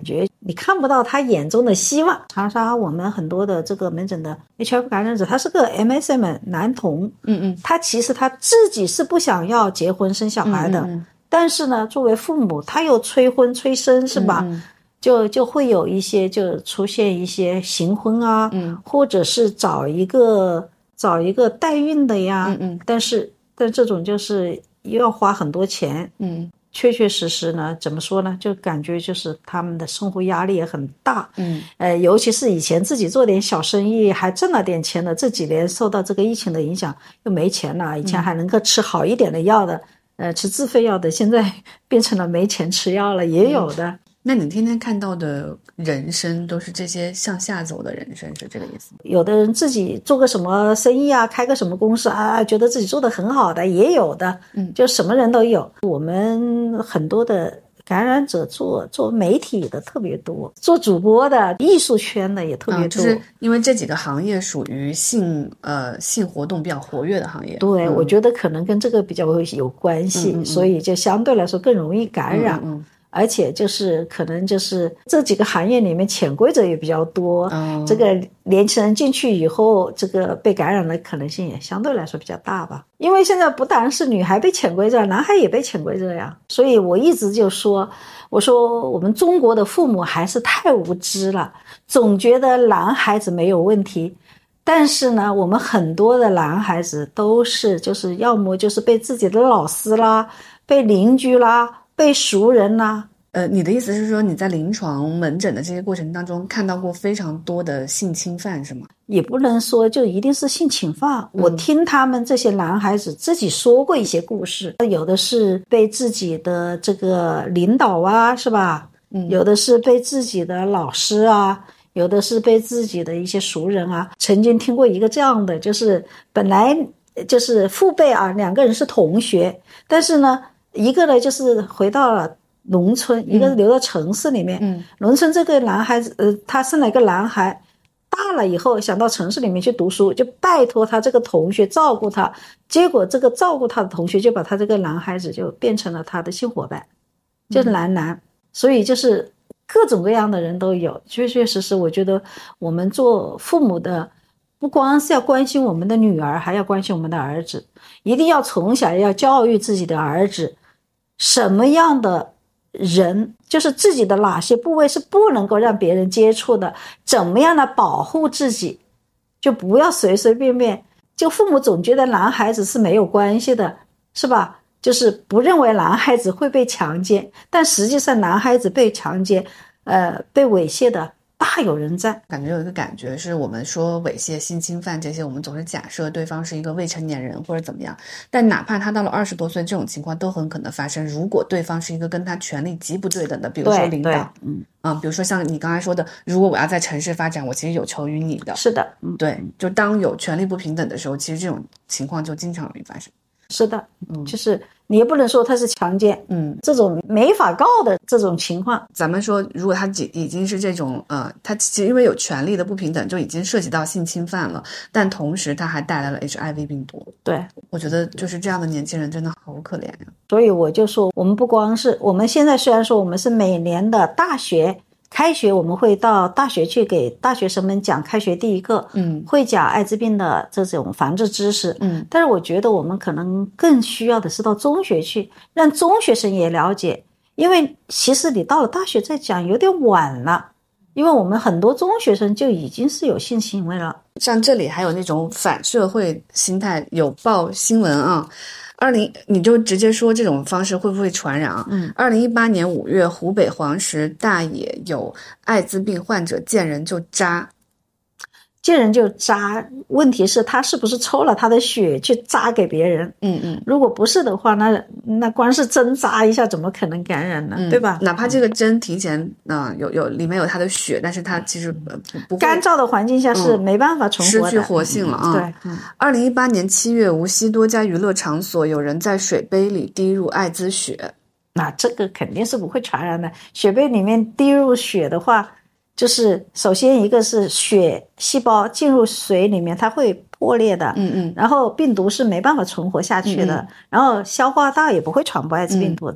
你看不到他眼中的希望。长沙我们很多的这个门诊的 H I V 感染者，他是个 M S M 男童， 嗯嗯， 他其实他自己是不想要结婚生小孩的，嗯嗯嗯，但是呢，作为父母，他又催婚催生，是吧？嗯嗯，就就会有一些就出现一些行婚啊，嗯，或者是找一个找一个代孕的呀，嗯嗯，但是但这种就是又要花很多钱，嗯。确确实实呢，怎么说呢？就感觉就是他们的生活压力也很大，嗯，呃，尤其是以前自己做点小生意还挣了点钱的，这几年受到这个疫情的影响又没钱了。以前还能够吃好一点的药的，嗯、呃，吃自费药的，现在变成了没钱吃药了，也有的。嗯， 那你天天看到的人生都是这些向下走的人生，是这个意思吗？ 有的人自己做个什么生意啊，开个什么公司啊，觉得自己做得很好的也有的，嗯，就什么人都有。我们很多的感染者做做媒体的特别多，做主播的、艺术圈的也特别多。嗯， 就是因为这几个行业属于性呃性活动比较活跃的行业。 对，嗯，我觉得可能跟这个比较有关系，嗯嗯嗯，所以就相对来说更容易感染。嗯嗯，而且就是可能就是这几个行业里面潜规则也比较多，嗯，这个年轻人进去以后，这个被感染的可能性也相对来说比较大吧。因为现在不单是女孩被潜规则，男孩也被潜规则呀。所以我一直就说，我说我们中国的父母还是太无知了，总觉得男孩子没有问题。但是呢，我们很多的男孩子都是就是要么就是被自己的老师啦，被邻居啦，被熟人啦。 呃，你的意思是说你在临床门诊的这些过程当中看到过非常多的性侵犯是吗？ 也不能说就一定是性侵犯，嗯，我听他们这些男孩子自己说过一些故事，有的是被自己的这个领导啊，是吧？嗯，有的是被自己的老师啊，有的是被自己的一些熟人啊。曾经听过一个这样的，就是本来就是父辈啊，两个人是同学，但是呢，一个呢就是回到了农村，一个留到城市里面。嗯，农村这个男孩子，呃，他生了一个男孩，大了以后想到城市里面去读书，就拜托他这个同学照顾他。结果这个照顾他的同学就把他这个男孩子就变成了他的性伙伴，就是男男。嗯，所以就是各种各样的人都有。确确实实，我觉得我们做父母的，不光是要关心我们的女儿，还要关心我们的儿子，一定要从小要教育自己的儿子，什么样的人，就是自己的哪些部位是不能够让别人接触的，怎么样的保护自己，就不要随随便便。就父母总觉得男孩子是没有关系的，是吧？就是不认为男孩子会被强奸，但实际上男孩子被强奸，呃，被猥亵的大有人在。 感觉有一个感觉是，我们说猥亵、性侵犯这些，我们总是假设对方是一个未成年人或者怎么样，但哪怕他到了二十多岁，这种情况都很可能发生。如果对方是一个跟他权力极不对等的，比如说领导，嗯啊，比如说像你刚才说的，如果我要在城市发展，我其实有求于你的。 是的，嗯， 对，就当有权力不平等的时候，其实这种情况就经常容易发生。 是的，嗯，就是你也不能说他是强奸，嗯，这种没法告的这种情况。 咱们说，如果他已经是这种，呃，他其实因为有权力的不平等，就已经涉及到性侵犯了，但同时他还带来了 H I V 病毒。 对， 我觉得就是这样的年轻人真的好可怜呀。 所以我就说，我们不光是我们现在虽然说我们是每年的大学开学，我们会到大学去给大学生们讲开学第一课，嗯，会讲艾滋病的这种防治知识，嗯，但是我觉得我们可能更需要的是到中学去，让中学生也了解，因为其实你到了大学再讲有点晚了，因为我们很多中学生就已经是有性行为了。 像这里还有那种反社会心态，有报新闻啊。二零你就直接说这种方式会不会传染啊？嗯，二零一八年五月，湖北黄石大冶有艾滋病患者见人就扎， 见人就扎。问题是他是不是抽了他的血去扎给别人？嗯嗯，如果不是的话，那那光是针扎一下怎么可能感染呢？嗯、对吧？ 哪怕这个针提前啊、呃、有有里面有他的血，但是他其实不不干燥的环境下是没办法存活的， 失去活性了啊。 对，嗯。 二零一八年七月，无锡多家娱乐场所有人在水杯里滴入艾滋血， 那这个肯定是不会传染的。血杯里面滴入血的话，就是首先一个是血细胞进入水里面它会破裂的，嗯嗯，然后病毒是没办法存活下去的，嗯嗯，然后消化道也不会传播艾滋病毒的。嗯，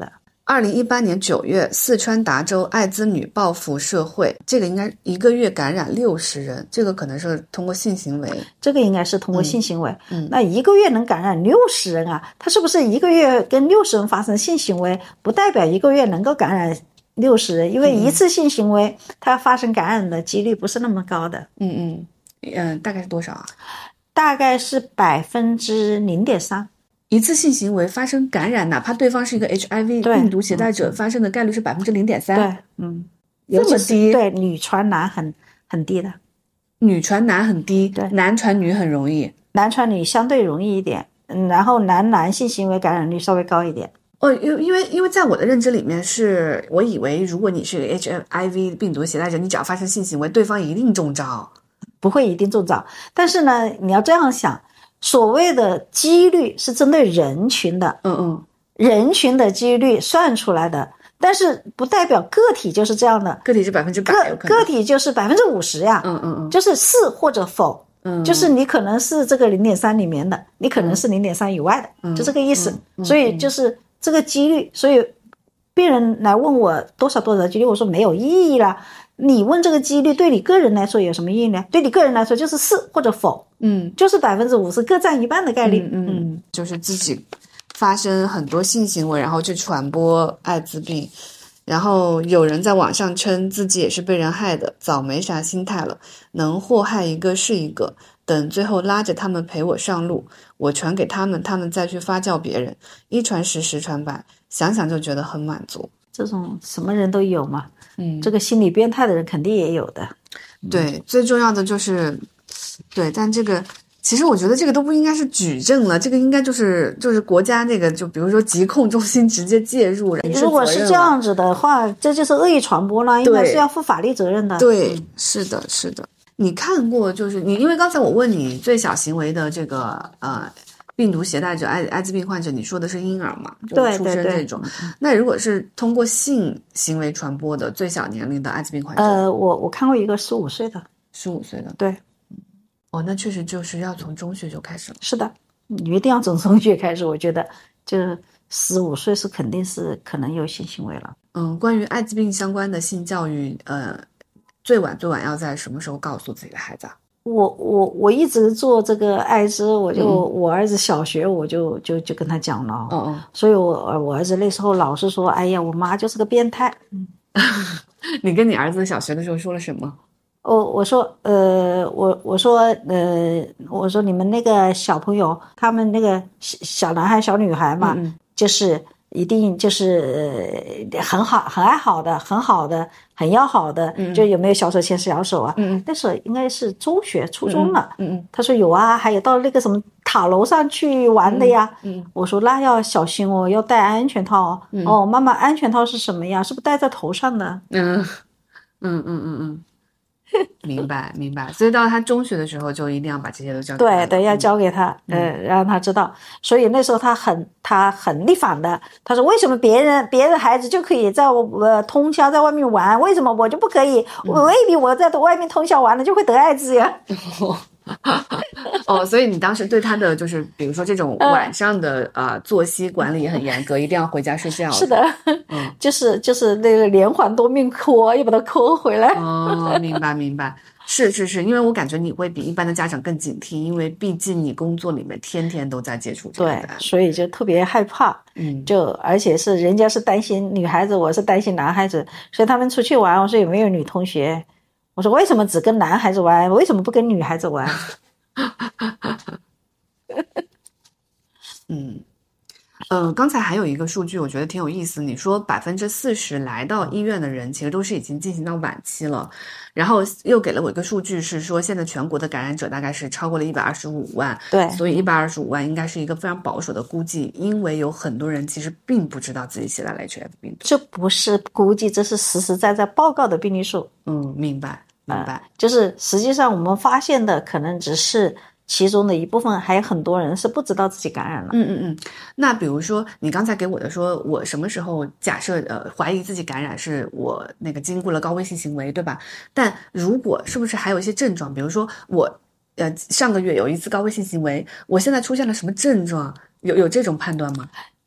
二零一八年九月，四川达州艾滋女报复社会，这个应该一个月感染六十人，这个可能是通过性行为， 这个应该是通过性行为。 嗯，嗯那一个月能感染六十人啊？他是不是一个月跟六十人发生性行为，不代表一个月能够感染六十人？因为一次性行为，它发生感染的几率不是那么高的。 嗯嗯嗯，大概是多少啊？ 大概是百分之零点三。 一次性行为发生感染，哪怕对方是一个 H I V 病毒携带者，发生的概率是百分之零点三。 对，嗯， 这么低。 对，女传男很很低的， 女传男很低， 对， 男传女很容易， 男传女相对容易一点，嗯，然后男男性行为感染率稍微高一点。 哦，因因为因为在我的认知里面是，我以为如果你是 H I V 病毒携带者，你只要发生性行为，对方一定中招。 不会一定中招，但是呢，你要这样想。所谓的几率是针对人群的， 嗯嗯， 人群的几率算出来的，但是不代表个体就是这样的， 个体是百分之百， 个个体就是百分之五十呀， 嗯嗯嗯， 就是是或者否， 嗯， 就是你可能是这个零点三里面的，你可能是零点三以外的， 嗯， 就这个意思。 嗯嗯、 所以就是这个几率，所以病人来问我多少多少几率，我说没有意义啦。你问这个几率对你个人来说有什么意义呢？对你个人来说就是是或者否， 嗯， 就是百分之五十各占一半的概率， 嗯 嗯, 嗯，就是自己发生很多性行为，然后去传播艾滋病，然后有人在网上称自己也是被人害的，早没啥心态了，能祸害一个是一个，等最后拉着他们陪我上路，我传给他们，他们再去发酵别人，一传十，十传百，想想就觉得很满足。 这种什么人都有嘛， 嗯， 这个心理变态的人肯定也有的。 对，最重要的就是，对，但这个其实我觉得这个都不应该是举证了，这个应该就是就是国家那个，就比如说疾控中心直接介入。 如果是这样子的话，这就是恶意传播了，应该是要负法律责任的。 对，嗯、是的，是的。你看过就是你，因为刚才我问你最小行为的这个呃。病毒携带者艾艾滋病患者，你说的是婴儿嘛？ 对， 出生这种。 对对， 那如果是通过性行为传播的最小年龄的艾滋病患者， 呃，我我看过一个十五岁的， 十五岁的， 对， 哦，那确实就是要从中学就开始了。 是的，你一定要从中学开始，我觉得就是十五岁是肯定是可能有性行为了。 嗯，关于艾滋病相关的性教育，呃，最晚最晚要在什么时候告诉自己的孩子啊？ 我我我一直做这个艾滋，我就、嗯、我儿子小学我就就就跟他讲了， 嗯嗯， 所以我我儿子那时候老是说，哎呀，我妈就是个变态。嗯， 你跟你儿子小学的时候说了什么？ 我我说呃我我说呃我说你们那个小朋友，他们那个小男孩小女孩嘛， 嗯嗯， 就是一定就是很好很爱好的很好的很要好的， 嗯， 就有没有小手牵小手啊？ 嗯， 那时候应该是中学初中了。 嗯嗯， 他说有啊，还有到那个什么塔楼上去玩的呀。 嗯，嗯， 我说那要小心哦，要戴安全套哦。 嗯， 哦，妈妈，安全套是什么呀？是不是戴在头上的？ 嗯嗯嗯嗯嗯。明白明白，所以到他中学的时候就一定要把这些都教给他。 对对，要教给他， 嗯、 呃，让他知道。所以那时候他很他很逆反的，他说为什么别人别的孩子就可以在我呃通宵在外面玩，为什么我就不可以？ 嗯、 我未必我在外面通宵玩了就会得艾滋呀。 哦，所以你当时对他的就是比如说这种晚上的、呃、啊作息管理也很严格，一定要回家睡觉。 是的，嗯，就是就是那个连环多面抠，又把它抠回来。 哦，明白明白，是是是，因为我感觉你会比一般的家长更警惕，因为毕竟你工作里面天天都在接触这个的。 对，所以就特别害怕。 嗯， 就而且是人家是担心女孩子，我是担心男孩子，所以他们出去玩，我说有没有女同学？我说为什么只跟男孩子玩，为什么不跟女孩子玩？ 嗯呃，刚才还有一个数据我觉得挺有意思，你说百分之四十来到医院的人其实都是已经进行到晚期了，然后又给了我一个数据是说现在全国的感染者大概是超过了一百二十五万， 对， 所以一百二十五万应该是一个非常保守的估计，因为有很多人其实并不知道自己携带了 H I V 病毒。 这不是估计，这是实实在在报告的病例数。 嗯，明白明白、呃、 就是实际上我们发现的可能只是其中的一部分，还有很多人是不知道自己感染了。 嗯嗯嗯。那比如说你刚才给我的说，我什么时候假设呃怀疑自己感染，是我那个经过了高危性行为，对吧？但如果是不是还有一些症状，比如说我呃上个月有一次高危性行为，我现在出现了什么症状，有有这种判断吗？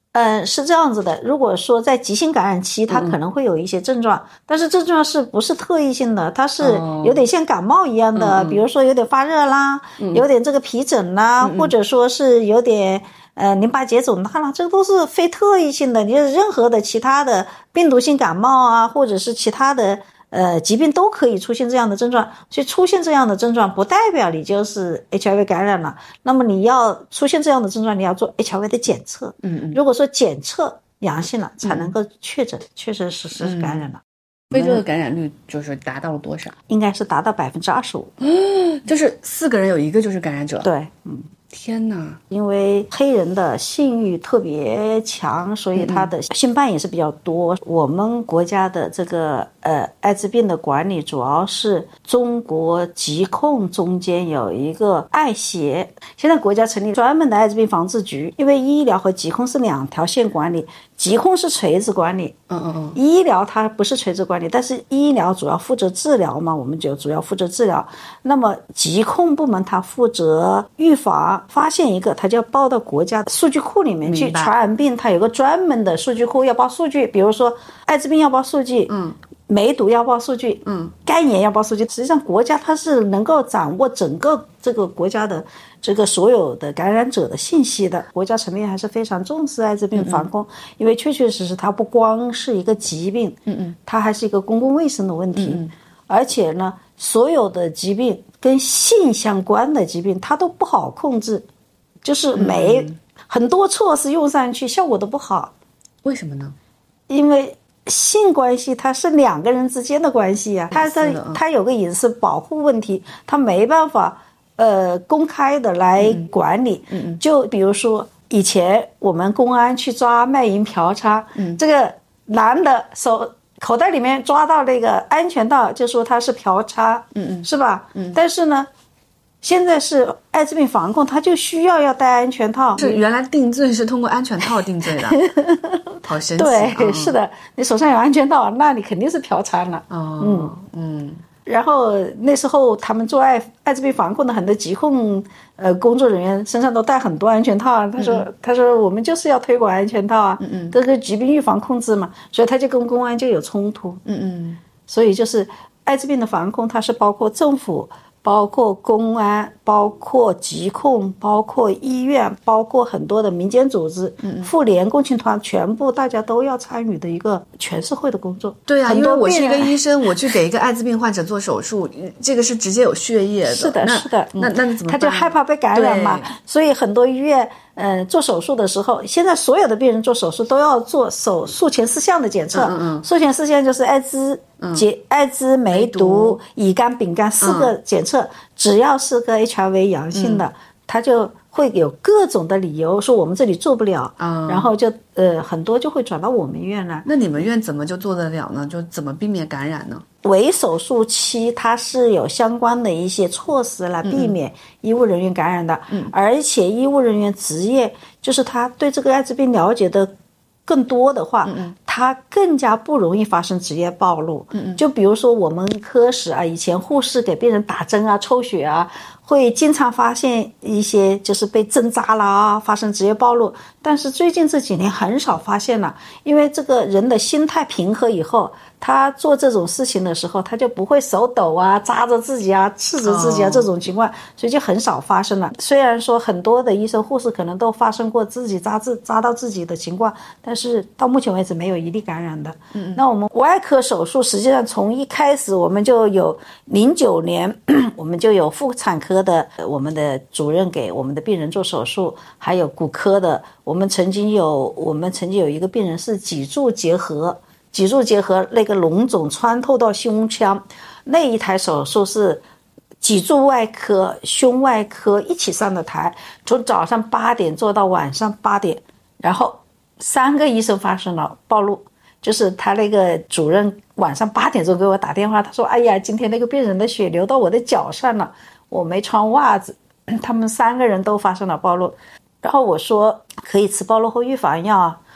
嗯，是这样子的。如果说在急性感染期，它可能会有一些症状，嗯、但是症状是不是特异性的？它是有点像感冒一样的，哦、比如说有点发热啦，嗯、有点这个皮疹啦，嗯、或者说是有点呃淋巴结肿大啦，这个都是非特异性的。你任何的其他的病毒性感冒啊，或者是其他的。呃，疾病都可以出现这样的症状，所以出现这样的症状不代表你就是 H I V 感染了。那么你要出现这样的症状，你要做 H I V 的检测。嗯嗯。如果说检测阳性了，才能够确诊，嗯、确实实是感染了。 非洲的感染率就是达到了多少？ 应该是达到百分之二十五。 就是四个人有一个就是感染者。 对，嗯。 天哪！ 因为黑人的性欲特别强，所以他的性伴也是比较多。嗯、我们国家的这个呃艾滋病的管理，主要是中国疾控中间有一个爱协，现在国家成立专门的艾滋病防治局，因为医疗和疾控是两条线管理。疾控是垂直管理，嗯嗯嗯，医疗它不是垂直管理，但是医疗主要负责治疗嘛，我们就主要负责治疗。那么疾控部门它负责预防，发现一个它就要报到国家的数据库里面去。传染病它有个专门的数据库要报数据，比如说艾滋病要报数据，嗯。梅毒要报数据，嗯，肝炎要报数据。实际上，国家它是能够掌握整个这个国家的这个所有的感染者的信息的。国家层面还是非常重视艾滋病防控，嗯嗯因为确确实实它不光是一个疾病，嗯嗯，它还是一个公共卫生的问题。嗯嗯而且呢，所有的疾病跟性相关的疾病，它都不好控制，就是每、嗯、很多措施用上去效果都不好。 为什么呢？ 因为性关系它是两个人之间的关系啊，它它它有个隐私保护问题，它没办法呃公开的来管理。嗯嗯就比如说以前我们公安去抓卖淫嫖娼，嗯，这个男的手口袋里面抓到那个安全套，就说他是嫖娼，嗯嗯，是吧？嗯，但是呢。现在是艾滋病防控，他就需要要戴安全套。 是原来定罪是通过安全套定罪的，好神奇。 对，嗯、是的，你手上有安全套，那你肯定是嫖娼了。 哦，嗯嗯。 然后那时候他们做艾艾滋病防控的很多疾控呃工作人员身上都带很多安全套。他说、嗯、他说我们就是要推广安全套啊，嗯嗯，这个疾病预防控制嘛，所以他就跟公安就有冲突。嗯嗯。所以就是艾滋病的防控，它是包括政府。包括公安，包括疾控，包括医院，包括很多的民间组织、嗯、妇联、共青团，全部大家都要参与的一个全社会的工作。 对啊，因为我是一个医生，我去给一个艾滋病患者做手术，这个是直接有血液的。 是的，是的。 那、嗯、那那怎么办？ 他就害怕被感染嘛，所以很多医院。嗯，做手术的时候，现在所有的病人做手术都要做手术前四项的检测。嗯嗯，术前四项就是艾滋、结、嗯、艾滋、梅毒、乙肝、丙肝四个检测，嗯、只要是个 H I V 阳性的，嗯、他就会有各种的理由说我们这里做不了，嗯、然后就呃很多就会转到我们院来。 那你们院怎么就做得了呢？就怎么避免感染呢？ 为手术期它是有相关的一些措施来避免医务人员感染的，嗯、而且医务人员职业就是他对这个艾滋病了解的更多的话，嗯、他更加不容易发生职业暴露。嗯、就比如说我们科室啊，以前护士给病人打针啊、抽血啊，会经常发现一些就是被针扎啦，发生职业暴露。但是最近这几年很少发现了，因为这个人的心态平和以后，他做这种事情的时候，他就不会手抖啊、扎着自己啊、刺着自己啊、oh. 这种情况，所以就很少发生了。虽然说很多的医生护士可能都发生过自己扎自扎到自己的情况，但是到目前为止没有一例感染的。嗯，那我们外科手术实际上从一开始我们就有零九年我们就有妇产科的我们的主任给我们的病人做手术，还有骨科的，我们曾经有我们曾经有一个病人是脊柱结核。脊柱结核那个脓肿穿透到胸腔，那一台手术是脊柱外科、胸外科一起上的台，从早上八点做到晚上八点，然后三个医生发生了暴露，就是他那个主任晚上八点钟给我打电话，他说：“哎呀，今天那个病人的血流到我的脚上了，我没穿袜子。”他们三个人都发生了暴露，然后我说可以吃暴露后预防药啊。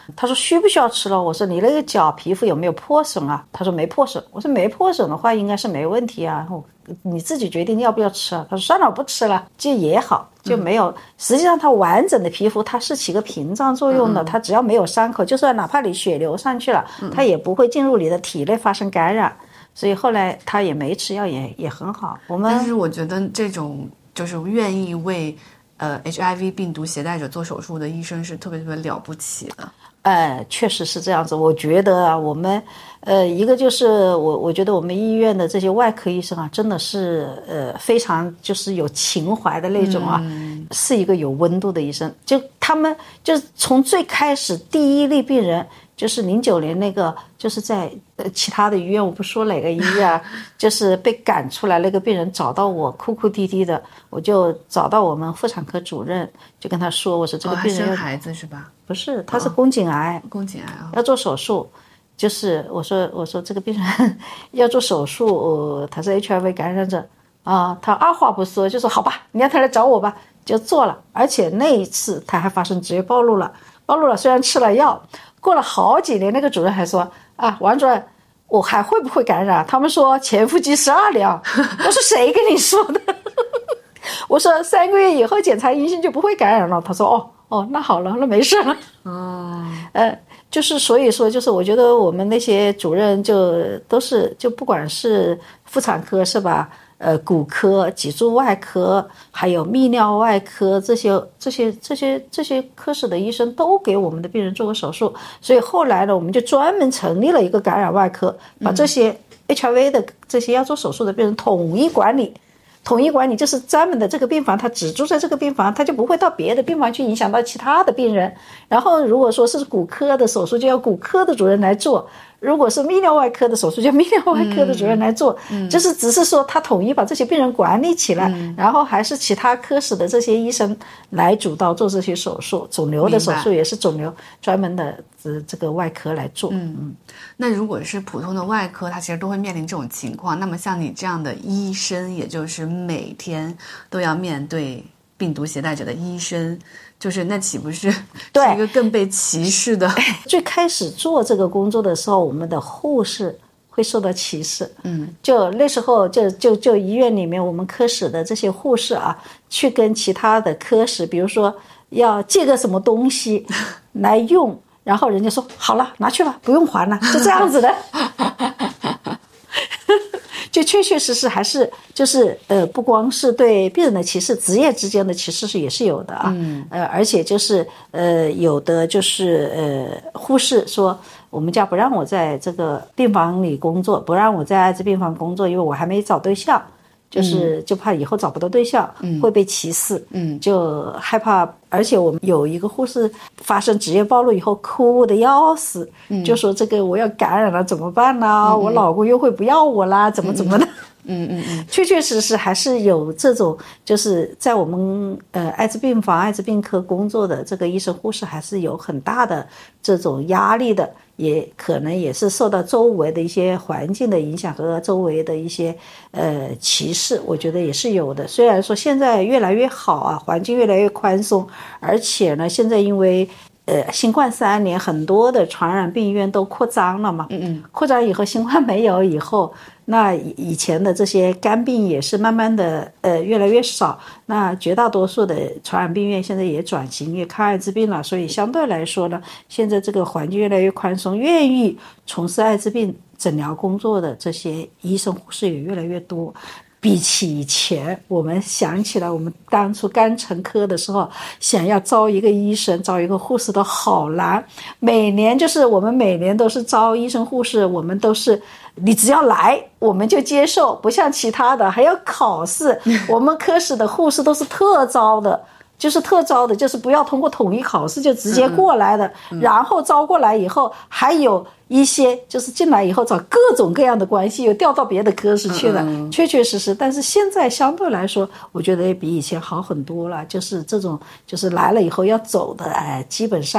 他说需不需要吃了？我说你那个脚皮肤有没有破损啊？他说没破损。我说没破损的话应该是没问题啊，我你自己决定要不要吃啊。他说算了，我不吃了，这也好，就没有、嗯、实际上它完整的皮肤它是起个屏障作用的、嗯、它只要没有伤口，就算哪怕你血流上去了、嗯、它也不会进入你的体内发生感染，所以后来他也没吃药，也也很好。我们但是我觉得这种就是愿意为呃 H I V 病毒携带者做手术的医生是特别特别了不起的。 呃，确实是这样子。我觉得啊，我们呃，一个就是我，我觉得我们医院的这些外科医生啊，真的是呃非常就是有情怀的那种啊，嗯、是一个有温度的医生。就他们就是从最开始第一例病人。就是零九年那个，就是在呃其他的医院，我不说哪个医院啊，就是被赶出来那个病人找到我，哭哭啼啼的，我就找到我们妇产科主任，就跟他说，我说这个病人、 哦、生孩子是吧？ 不是，他是宫颈癌， 哦、宫颈癌啊、哦， 要做手术。就是我说我说这个病人要做手术，呃、他是 H I V 感染者啊，他二话不说就说好吧，你让他来找我吧，就做了。而且那一次他还发生职业暴露了，暴露了，虽然吃了药。过了好几年，那个主任还说啊，王主任，我还会不会感染？他们说前夫妻十二两。我说谁跟你说的？我说三个月以后检查阴性就不会感染了。他说哦哦，那好了，那没事了。 哦， 呃，就是所以说，就是我觉得我们那些主任就都是，就不管是妇产科是吧？呃，骨科、脊柱外科，还有泌尿外科，这些、这些、这些、这些科室的医生都给我们的病人做过手术，所以后来呢，我们就专门成立了一个感染外科，把这些 H I V 的这些要做手术的病人统一管理。统一管理就是专门的这个病房，他只住在这个病房，他就不会到别的病房去影响到其他的病人。然后如果说是骨科的手术，就要骨科的主任来做。如果是泌尿外科的手术，就泌尿外科的主任来做，嗯、就是只是说他统一把这些病人管理起来，嗯、然后还是其他科室的这些医生来主导做这些手术。肿瘤的手术也是肿瘤专门的这个外科来做。 嗯嗯，那如果是普通的外科，他其实都会面临这种情况。那么像你这样的医生，也就是每天都要面对病毒携带者的医生。就是那岂不是是一个更被歧视的？ 最开始做这个工作的时候，我们的护士会受到歧视。 嗯， 就那时候就就就医院里面我们科室的这些护士啊，去跟其他的科室，比如说要借个什么东西来用，然后人家说好了，拿去吧，不用还了，就这样子的。就确确实实还是就是呃，不光是对病人的歧视，职业之间的歧视是也是有的啊。 嗯， 呃，而且就是呃，有的就是呃，护士说我们家不让我在这个病房里工作，不让我在艾滋病房工作，因为我还没找对象。就是就怕以后找不到对象，嗯、会被歧视， 嗯， 就害怕。而且我们有一个护士发生职业暴露以后哭的要死，嗯、就说这个我要感染了怎么办呢？嗯、我老公又会不要我啦，怎么怎么的。 嗯嗯嗯， 确确实实还是有这种，就是在我们呃艾滋病房、艾滋病科工作的这个医生护士还是有很大的这种压力的，也可能也是受到周围的一些环境的影响和周围的一些呃歧视，我觉得也是有的。虽然说现在越来越好啊，环境越来越宽松，而且呢，现在因为呃，新冠三年很多的传染病医院都扩张了嘛， 嗯嗯， 扩张以后，新冠没有以后，那以前的这些肝病也是慢慢的呃越来越少，那绝大多数的传染病院现在也转型也看艾滋病了，所以相对来说呢，现在这个环境越来越宽松，愿意从事艾滋病诊疗工作的这些医生护士也越来越多。比起以前，我们想起来，我们当初刚成科的时候，想要招一个医生、招一个护士都好难。每年就是我们每年都是招医生、护士，我们都是你只要来，我们就接受，不像其他的还要考试。我们科室的护士都是特招的。就是特招的，就是不要通过统一考试就直接过来的，嗯嗯、然后招过来以后，还有一些就是进来以后找各种各样的关系，又调到别的科室去了，嗯嗯确确实实。但是现在相对来说，我觉得也比以前好很多了。就是这种，就是来了以后要走的，哎，基本上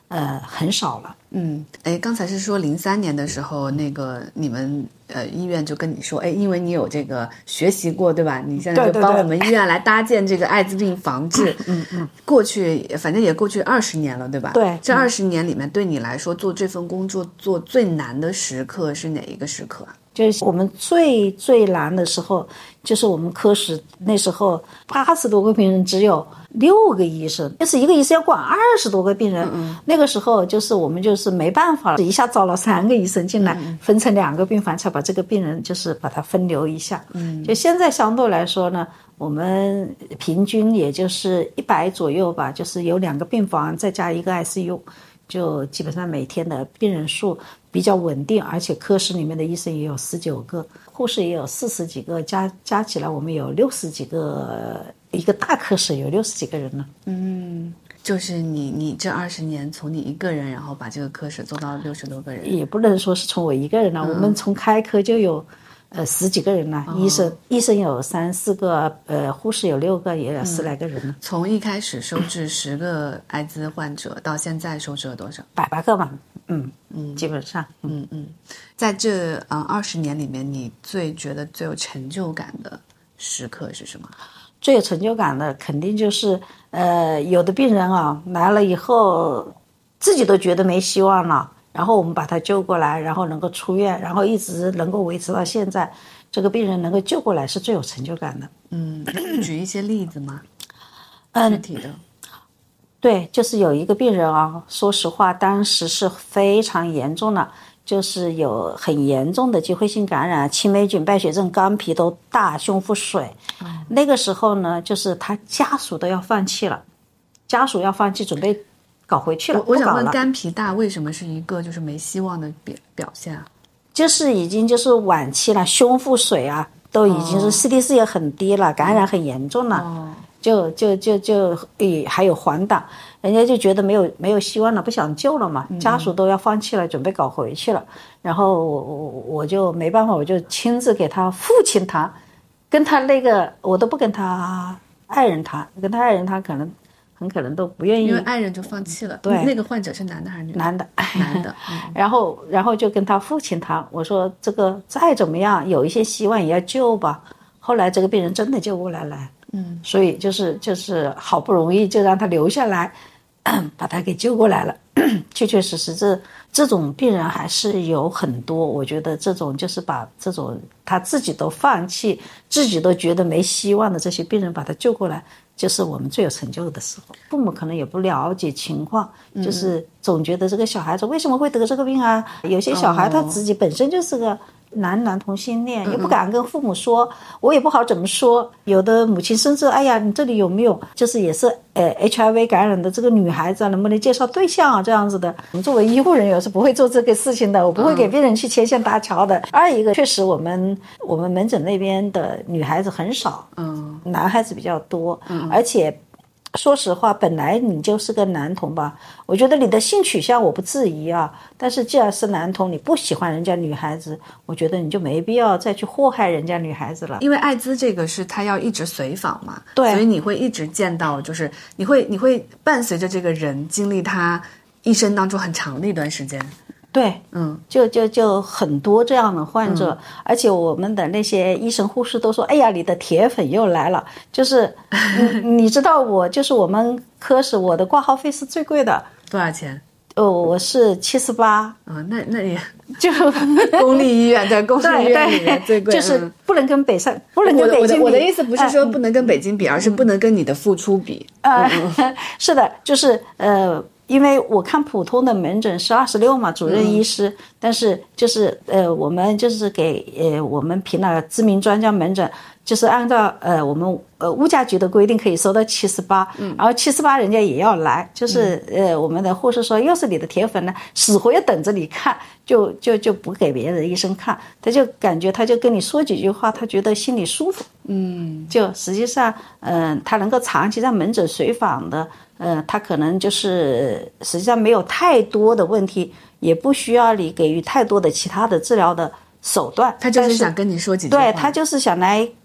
呃很少了。 嗯，哎，刚才是说零三年的时候，那个你们呃医院就跟你说，哎，因为你有这个学习过，对吧？你现在就帮我们医院来搭建这个艾滋病防治。 嗯嗯。 过去反正也过去二十年了，对吧？ 对。 这二十年里面，对你来说做这份工作做最难的时刻是哪一个时刻啊？ 就是我们最最难的时候，就是我们科室那时候八十多个病人，只有六个医生，就是一个医生要管二十多个病人。嗯，那个时候就是我们就是没办法了，一下招了三个医生进来，嗯、分成两个病房，才把这个病人就是把它分流一下。嗯，就现在相对来说呢，我们平均也就是一百左右吧，就是有两个病房再加一个 I C U。就基本上每天的病人数比较稳定，而且科室里面的医生也有十九个，护士也有四十几个，加加起来我们有六十几个，一个大科室有六十几个人呢。 嗯，就是你你这二十年从你一个人，然后把这个科室做到六十多个人， 也不能说是从我一个人了、嗯，我们从开科就有。呃，十几个人呢、哦，医生医生有三四个，呃，护士有六个，也有十来个人呢、嗯。 从一开始收治十个艾滋患者，到现在收治了多少？ 百八个吧，嗯嗯，基本上， 嗯嗯，在这嗯二十年里面，你最觉得最有成就感的时刻是什么？ 最有成就感的肯定就是，呃，有的病人啊来了以后，自己都觉得没希望了。然后我们把他救过来，然后能够出院，然后一直能够维持到现在，这个病人能够救过来是最有成就感的。 嗯，举一些例子吗？ 嗯， 具体的。 对，就是有一个病人啊，说实话，当时是非常严重的，就是有很严重的机会性感染，青霉菌、败血症、肝脾都大，胸腹水。嗯、那个时候呢，就是他家属都要放弃了，家属要放弃，准备。搞回去了。 我我想问，肝脾大为什么是一个就是没希望的表表现啊？ 就是已经就是晚期了，胸腹水啊，都已经是 C D 四 也很低了，哦、感染很严重了，哦、就就就就诶还有黄疸，人家就觉得没有没有希望了，不想救了嘛，嗯、家属都要放弃了，准备搞回去了，然后我我我就没办法，我就亲自给他父亲谈，跟他那个我都不跟他爱人谈，跟他爱人谈可能。很可能都不愿意， 因为爱人就放弃了。 对， 那个患者是男的还是女的？ 男的， 男的。嗯、 然后，然后就跟他父亲谈，我说这个再怎么样有一些希望也要救吧。后来这个病人真的救过来了，嗯，所以就是就是好不容易就让他留下来，把他给救过来了。确确实实这这种病人还是有很多，我觉得这种就是把这种他自己都放弃，自己都觉得没希望的这些病人把他救过来。就是我们最有成就的时候，父母可能也不了解情况，嗯、就是总觉得这个小孩子为什么会得这个病啊？有些小孩他自己本身就是个男男同性恋，又不敢跟父母说，我也不好怎么说。有的母亲甚至，哎呀，你这里有没有就是也是呃 H I V 感染的这个女孩子啊，能不能介绍对象啊？这样子的，我们作为医护人员是不会做这个事情的，我不会给病人去牵线搭桥的。二一个，确实我们我们门诊那边的女孩子很少，嗯，男孩子比较多，嗯，而且。说实话，本来你就是个男同吧，我觉得你的性取向我不质疑啊，但是既然是男同，你不喜欢人家女孩子，我觉得你就没必要再去祸害人家女孩子了。 因为艾滋这个是他要一直随访嘛， 对， 所以你会一直见到，就是你会你会伴随着这个人经历他一生当中很长的一段时间。 对，嗯，就就就很多这样的患者，嗯、而且我们的那些医生护士都说：“哎呀，你的铁粉又来了。”就是你你知道我就是我们科室我的挂号费是最贵的， 多少钱？ 哦，我是七十八。 啊，那那也就公立医院在公立医院里面最贵， 就是不能跟北上，不能跟北京比。 我的我的意思不是说不能跟北京比，嗯、而是不能跟你的付出比。 呃，嗯、是的，就是呃。因为我看普通的门诊是二十六嘛，主任医师，嗯、但是就是呃，我们就是给呃我们评了知名专家门诊，就是按照呃我们呃物价局的规定可以收到七十八，然后七十八人家也要来，就是呃我们的护士说，要是你的铁粉呢，死活要等着你看，就就就不给别的医生看，他就感觉他就跟你说几句话，他觉得心里舒服，嗯，就实际上嗯、呃、他能够长期在门诊随访的。呃，他可能就是实际上没有太多的问题，也不需要你给予太多的其他的治疗的手段。 他就是想跟你说几句话。 对，他就是想来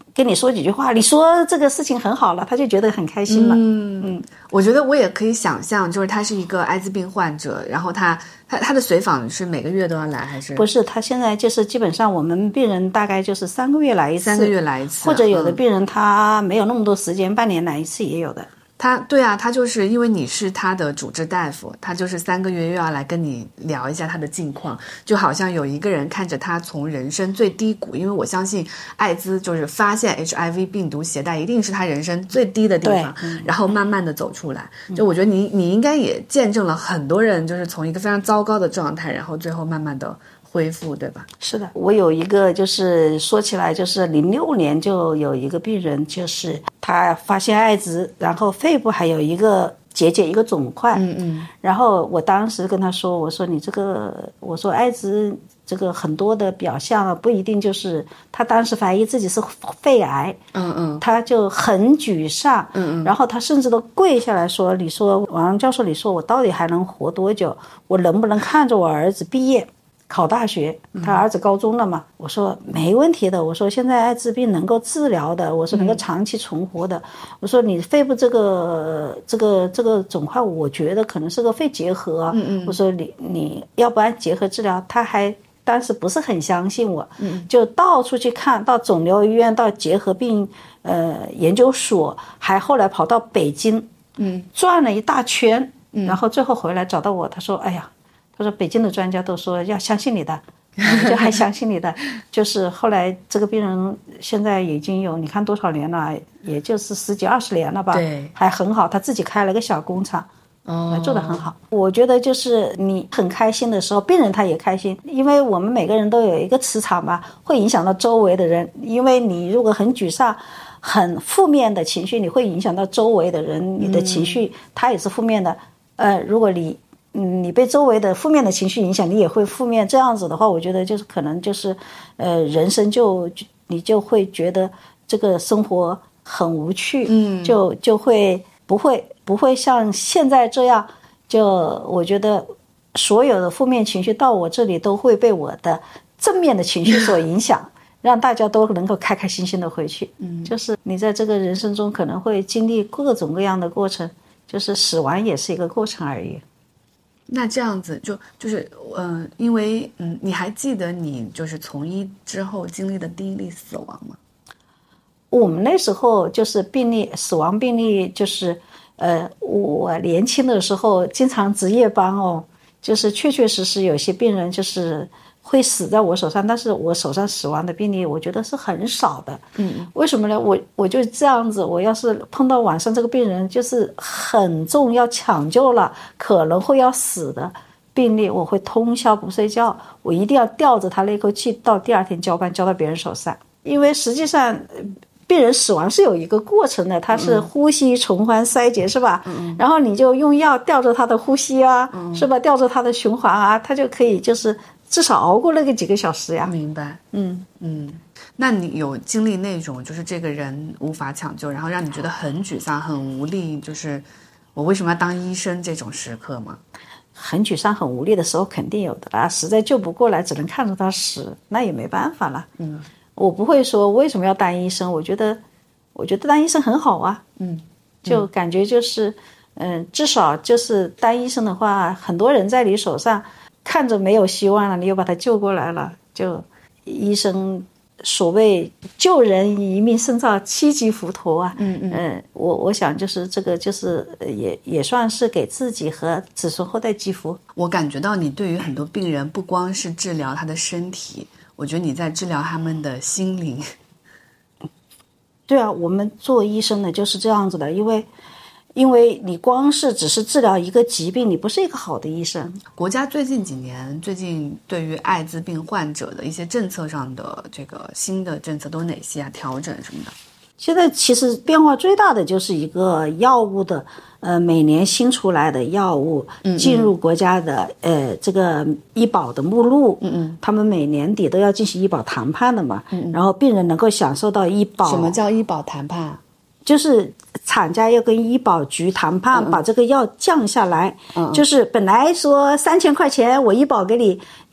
跟你说几句话，你说这个事情很好了，他就觉得很开心了。 嗯嗯，我觉得我也可以想象，就是他是一个艾滋病患者，然后他他他的随访是每个月都要来还是？ 不是，他现在就是基本上我们病人大概就是三个月来一次， 三个月来一次， 或者有的病人他没有那么多时间，嗯、半年来一次也有的。 他对啊，他就是因为你是他的主治大夫，他就是三个月又要来跟你聊一下他的近况，就好像有一个人看着他从人生最低谷，因为我相信艾滋就是发现 H I V 病毒携带一定是他人生最低的地方，嗯、然后慢慢的走出来。就我觉得你你应该也见证了很多人就是从一个非常糟糕的状态，然后最后慢慢的恢复，对吧？ 是的，我有一个就是说起来，就是零六年就有一个病人，就是他发现艾滋，然后肺部还有一个结节一个肿块， 嗯嗯， 然后我当时跟他说，我说你这个，我说艾滋这个很多的表象不一定就是，他当时怀疑自己是肺癌， 嗯嗯， 他就很沮丧， 嗯嗯， 然后他甚至都跪下来说，你说王教授，你说我到底还能活多久？我能不能看着我儿子毕业？考大学，他儿子高中了嘛、嗯、我说没问题的，我说现在艾滋病能够治疗的，我说能够长期存活的、嗯、我说你肺部这个这个这个肿块我觉得可能是个肺结核， 嗯嗯， 我说你你要不然结核治疗，他还当时不是很相信我， 嗯， 就到处去看，到肿瘤医院，到结核病呃研究所，还后来跑到北京， 嗯， 转了一大圈、 嗯、 然后最后回来找到我，他说哎呀，他说北京的专家都说要相信你的，我就还相信你的。就是后来这个病人现在已经有你看多少年了，也就是十几二十年了吧， 对， 还很好，他自己开了个小工厂， 哦， 做得很好。我觉得就是你很开心的时候，病人他也开心，因为我们每个人都有一个磁场嘛，会影响到周围的人。因为你如果很沮丧很负面的情绪，你会影响到周围的人，你的情绪他也是负面的。呃，如果你嗯，你被周围的负面的情绪影响，你也会负面。这样子的话，我觉得就是可能就是，呃，人生就你就会觉得这个生活很无趣， 嗯， 就就会不会不会像现在这样。就我觉得所有的负面情绪到我这里都会被我的正面的情绪所影响，让大家都能够开开心心的回去。 嗯， 就是你在这个人生中可能会经历各种各样的过程，就是死亡也是一个过程而已。 那这样子就就是嗯、呃，因为嗯，你还记得你就是从医之后经历的第一例死亡吗？ 我们那时候就是病例死亡病例，就是呃，我年轻的时候经常值夜班哦，就是确确实实有些病人就是会死在我手上，但是我手上死亡的病例我觉得是很少的。 嗯， 为什么呢？我我就这样子，我要是碰到晚上这个病人就是很重要抢救了，可能会要死的病例，我会通宵不睡觉，我一定要吊着他那口气到第二天交班交到别人手上。因为实际上病人死亡是有一个过程的，他是呼吸循环衰竭，是吧？嗯，然后你就用药吊着他的呼吸啊，嗯、是吧？吊着他的循环啊，他就可以就是至少熬过那个几个小时呀。 明白。 嗯嗯，那你有经历那种就是这个人无法抢救，然后让你觉得很沮丧、很无力，就是我为什么要当医生这种时刻吗？ 很沮丧、很无力的时候肯定有的啦，实在救不过来，只能看着他死，那也没办法了。 嗯。 我不会说为什么要当医生，我觉得我觉得当医生很好啊。 嗯， 就感觉就是嗯，至少就是当医生的话，很多人在你手上看着没有希望了，你又把他救过来了，就医生所谓救人一命胜造七级浮屠啊。 嗯嗯嗯，我我想就是这个就是也也算是给自己和子孙后代积福。 我感觉到你对于很多病人不光是治疗他的身体，我觉得你在治疗他们的心灵。 对啊，我们做医生的就是这样子的，因为因为你光是只是治疗一个疾病，你不是一个好的医生。 国家最近几年，最近对于艾滋病患者的一些政策上的这个新的政策都有哪些啊？调整什么的？ 现在其实变化最大的就是一个药物的，呃，每年新出来的药物进入国家的嗯嗯呃这个医保的目录， 嗯嗯， 他们每年底都要进行医保谈判的嘛，嗯嗯，然后病人能够享受到医保。 什么叫医保谈判？ 就是厂家要跟医保局谈判，嗯嗯，把这个药降下来， 嗯嗯， 就是本来说三千块钱我医保给你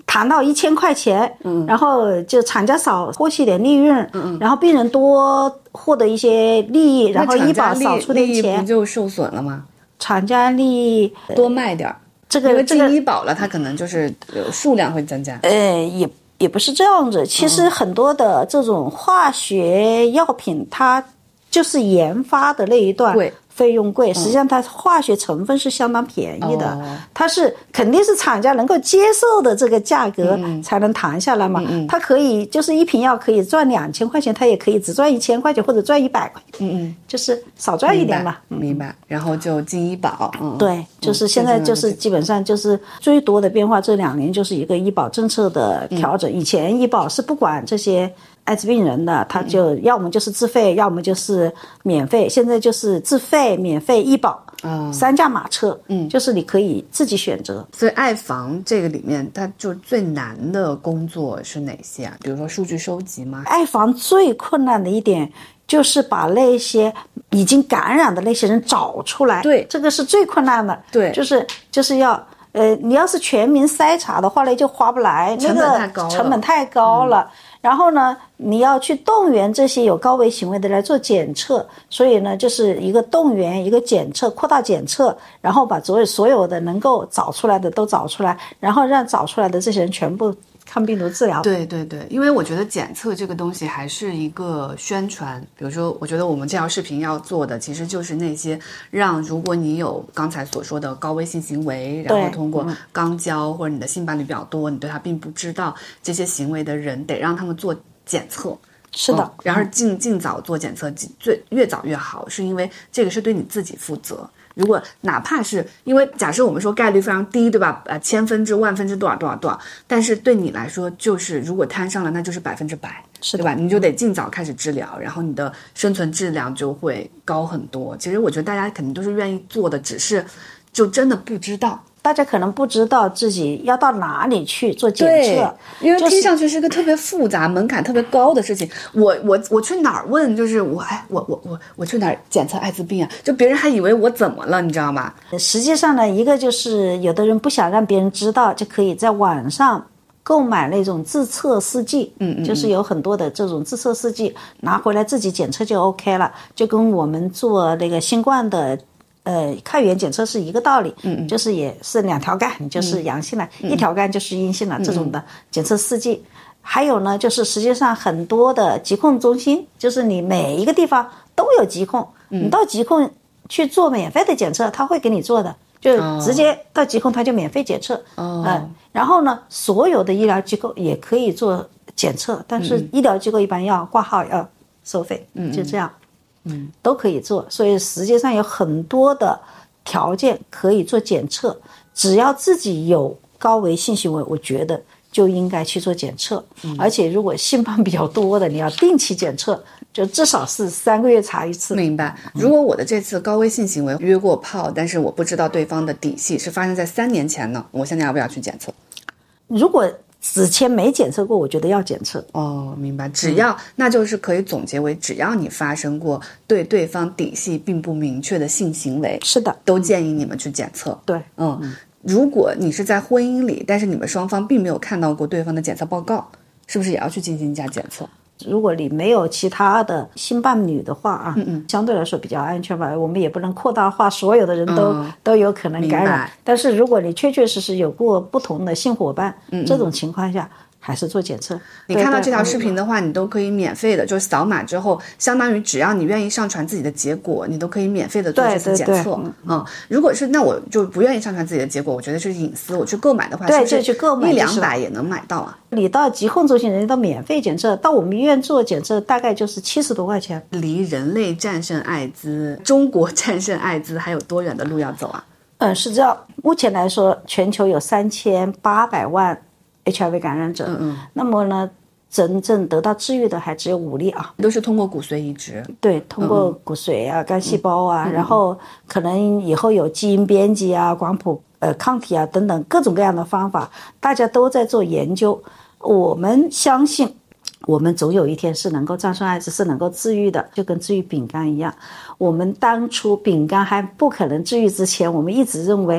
谈到一千块钱，嗯，然后就厂家少获取点利润，嗯嗯，然后病人多获得一些利益，然后医保少出点钱， 不就受损了吗？ 厂家利益多卖点， 这个因为进医保了，它可能就是数量会增加。 呃，也也不是这样子，其实很多的这种化学药品，它就是研发的那一段贵。 费用贵，实际上它化学成分是相当便宜的，嗯、它是肯定是厂家能够接受的这个价格才能谈下来嘛。嗯嗯、它可以就是一瓶药可以赚两千块钱，它也可以只赚一千块钱或者赚一百块钱，嗯嗯，就是少赚一点嘛。 明白，明白。然后就进医保，嗯， 对，就是现在就是基本上就是最多的变化，这两年就是一个医保政策的调整。嗯、以前医保是不管这些艾滋病人的，他就要么就是自费，要么就是免费。现在就是自费、免费、医保，嗯，三驾马车，嗯，就是你可以自己选择。 所以爱防这个里面，它就最难的工作是哪些啊？比如说数据收集吗？ 爱防最困难的一点就是把那些已经感染的那些人找出来， 对， 这个是最困难的， 对， 就是就是要。呃，你要是全民筛查的话呢，就划不来， 成本太高了， 那个成本太高了。嗯、然后呢，你要去动员这些有高危行为的来做检测，所以呢，就是一个动员，一个检测，扩大检测，然后把所有所有的能够找出来的都找出来，然后让找出来的这些人全部抗病毒治疗。 对对对，因为我觉得检测这个东西还是一个宣传。比如说，我觉得我们这条视频要做的，其实就是那些让如果你有刚才所说的高危性行为，然后通过肛交或者你的性伴侣比较多，你对他并不知道这些行为的人，得让他们做检测。 是的， 嗯、然后尽尽早做检测，最越早越好，是因为这个是对你自己负责。如果哪怕是因为假设我们说概率非常低，对吧？呃，千分之万分之多少多少多少，但是对你来说，就是如果摊上了，那就是百分之百， 是对吧？你就得尽早开始治疗，然后你的生存质量就会高很多。其实我觉得大家肯定都是愿意做的，只是就真的不知道。 大家可能不知道自己要到哪里去做检测， 因为听上去是个特别复杂、门槛特别高的事情。我我我去哪儿问？就是我哎，我我我我去哪儿检测艾滋病啊？就别人还以为我怎么了，你知道吗？ 实际上呢，一个就是有的人不想让别人知道，就可以在网上购买那种自测试剂，嗯嗯，就是有很多的这种自测试剂，拿回来自己检测就 OK 了，就跟我们做那个新冠的。呃，抗原检测是一个道理，嗯，就是也是两条杠，你就是阳性了，嗯、一条杠就是阴性了，嗯、这种的检测试剂。还有呢，就是实际上很多的疾控中心，就是你每一个地方都有疾控，嗯、你到疾控去做免费的检测，他会给你做的，就直接到疾控他就免费检测，哦、呃，然后呢，所有的医疗机构也可以做检测，但是医疗机构一般要挂号要收费，嗯，就这样。嗯，都可以做，所以实际上有很多的条件可以做检测，只要自己有高危性行为，我觉得就应该去做检测。嗯、而且如果性伴比较多的，你要定期检测，就至少是三个月查一次。 明白。如果我的这次高危性行为约过炮，但是我不知道对方的底细是发生在三年前呢，我现在要不要去检测？ 如果之前没检测过，我觉得要检测。 哦，明白。只要、嗯、那就是可以总结为，只要你发生过对对方底细并不明确的性行为， 是的， 都建议你们去检测。 对， 嗯，嗯如果你是在婚姻里，但是你们双方并没有看到过对方的检测报告，是不是也要去进行一下检测？ 如果你没有其他的性伴侣的话啊，嗯嗯，相对来说比较安全吧。我们也不能扩大化，所有的人都、嗯、都有可能感染。但是如果你确确实实有过不同的性伙伴，嗯嗯这种情况下还是做检测。 你看到这条视频的话，你都可以免费的，就是扫码之后，相当于只要你愿意上传自己的结果，你都可以免费的做这次检测。对对对嗯，如果是那我就不愿意上传自己的结果，我觉得是隐私，我去购买的话， 对， 是不是去购买一两百也能买到啊？ 你到疾控中心，人家都免费检测，到我们医院做检测大概就是七十多块钱。 离人类战胜艾滋、中国战胜艾滋还有多远的路要走啊？ 嗯，是这样。目前来说，全球有三千八百万 H I V 感染者，嗯嗯，那么呢，真正得到治愈的还只有五例啊， 都是通过骨髓移植， 对，通过骨髓啊、嗯、干细胞啊、嗯，然后可能以后有基因编辑啊、光谱呃抗体啊等等各种各样的方法，大家都在做研究。我们相信，我们总有一天是能够战胜艾滋，是能够治愈的，就跟治愈丙肝一样。我们当初丙肝还不可能治愈之前，我们一直认为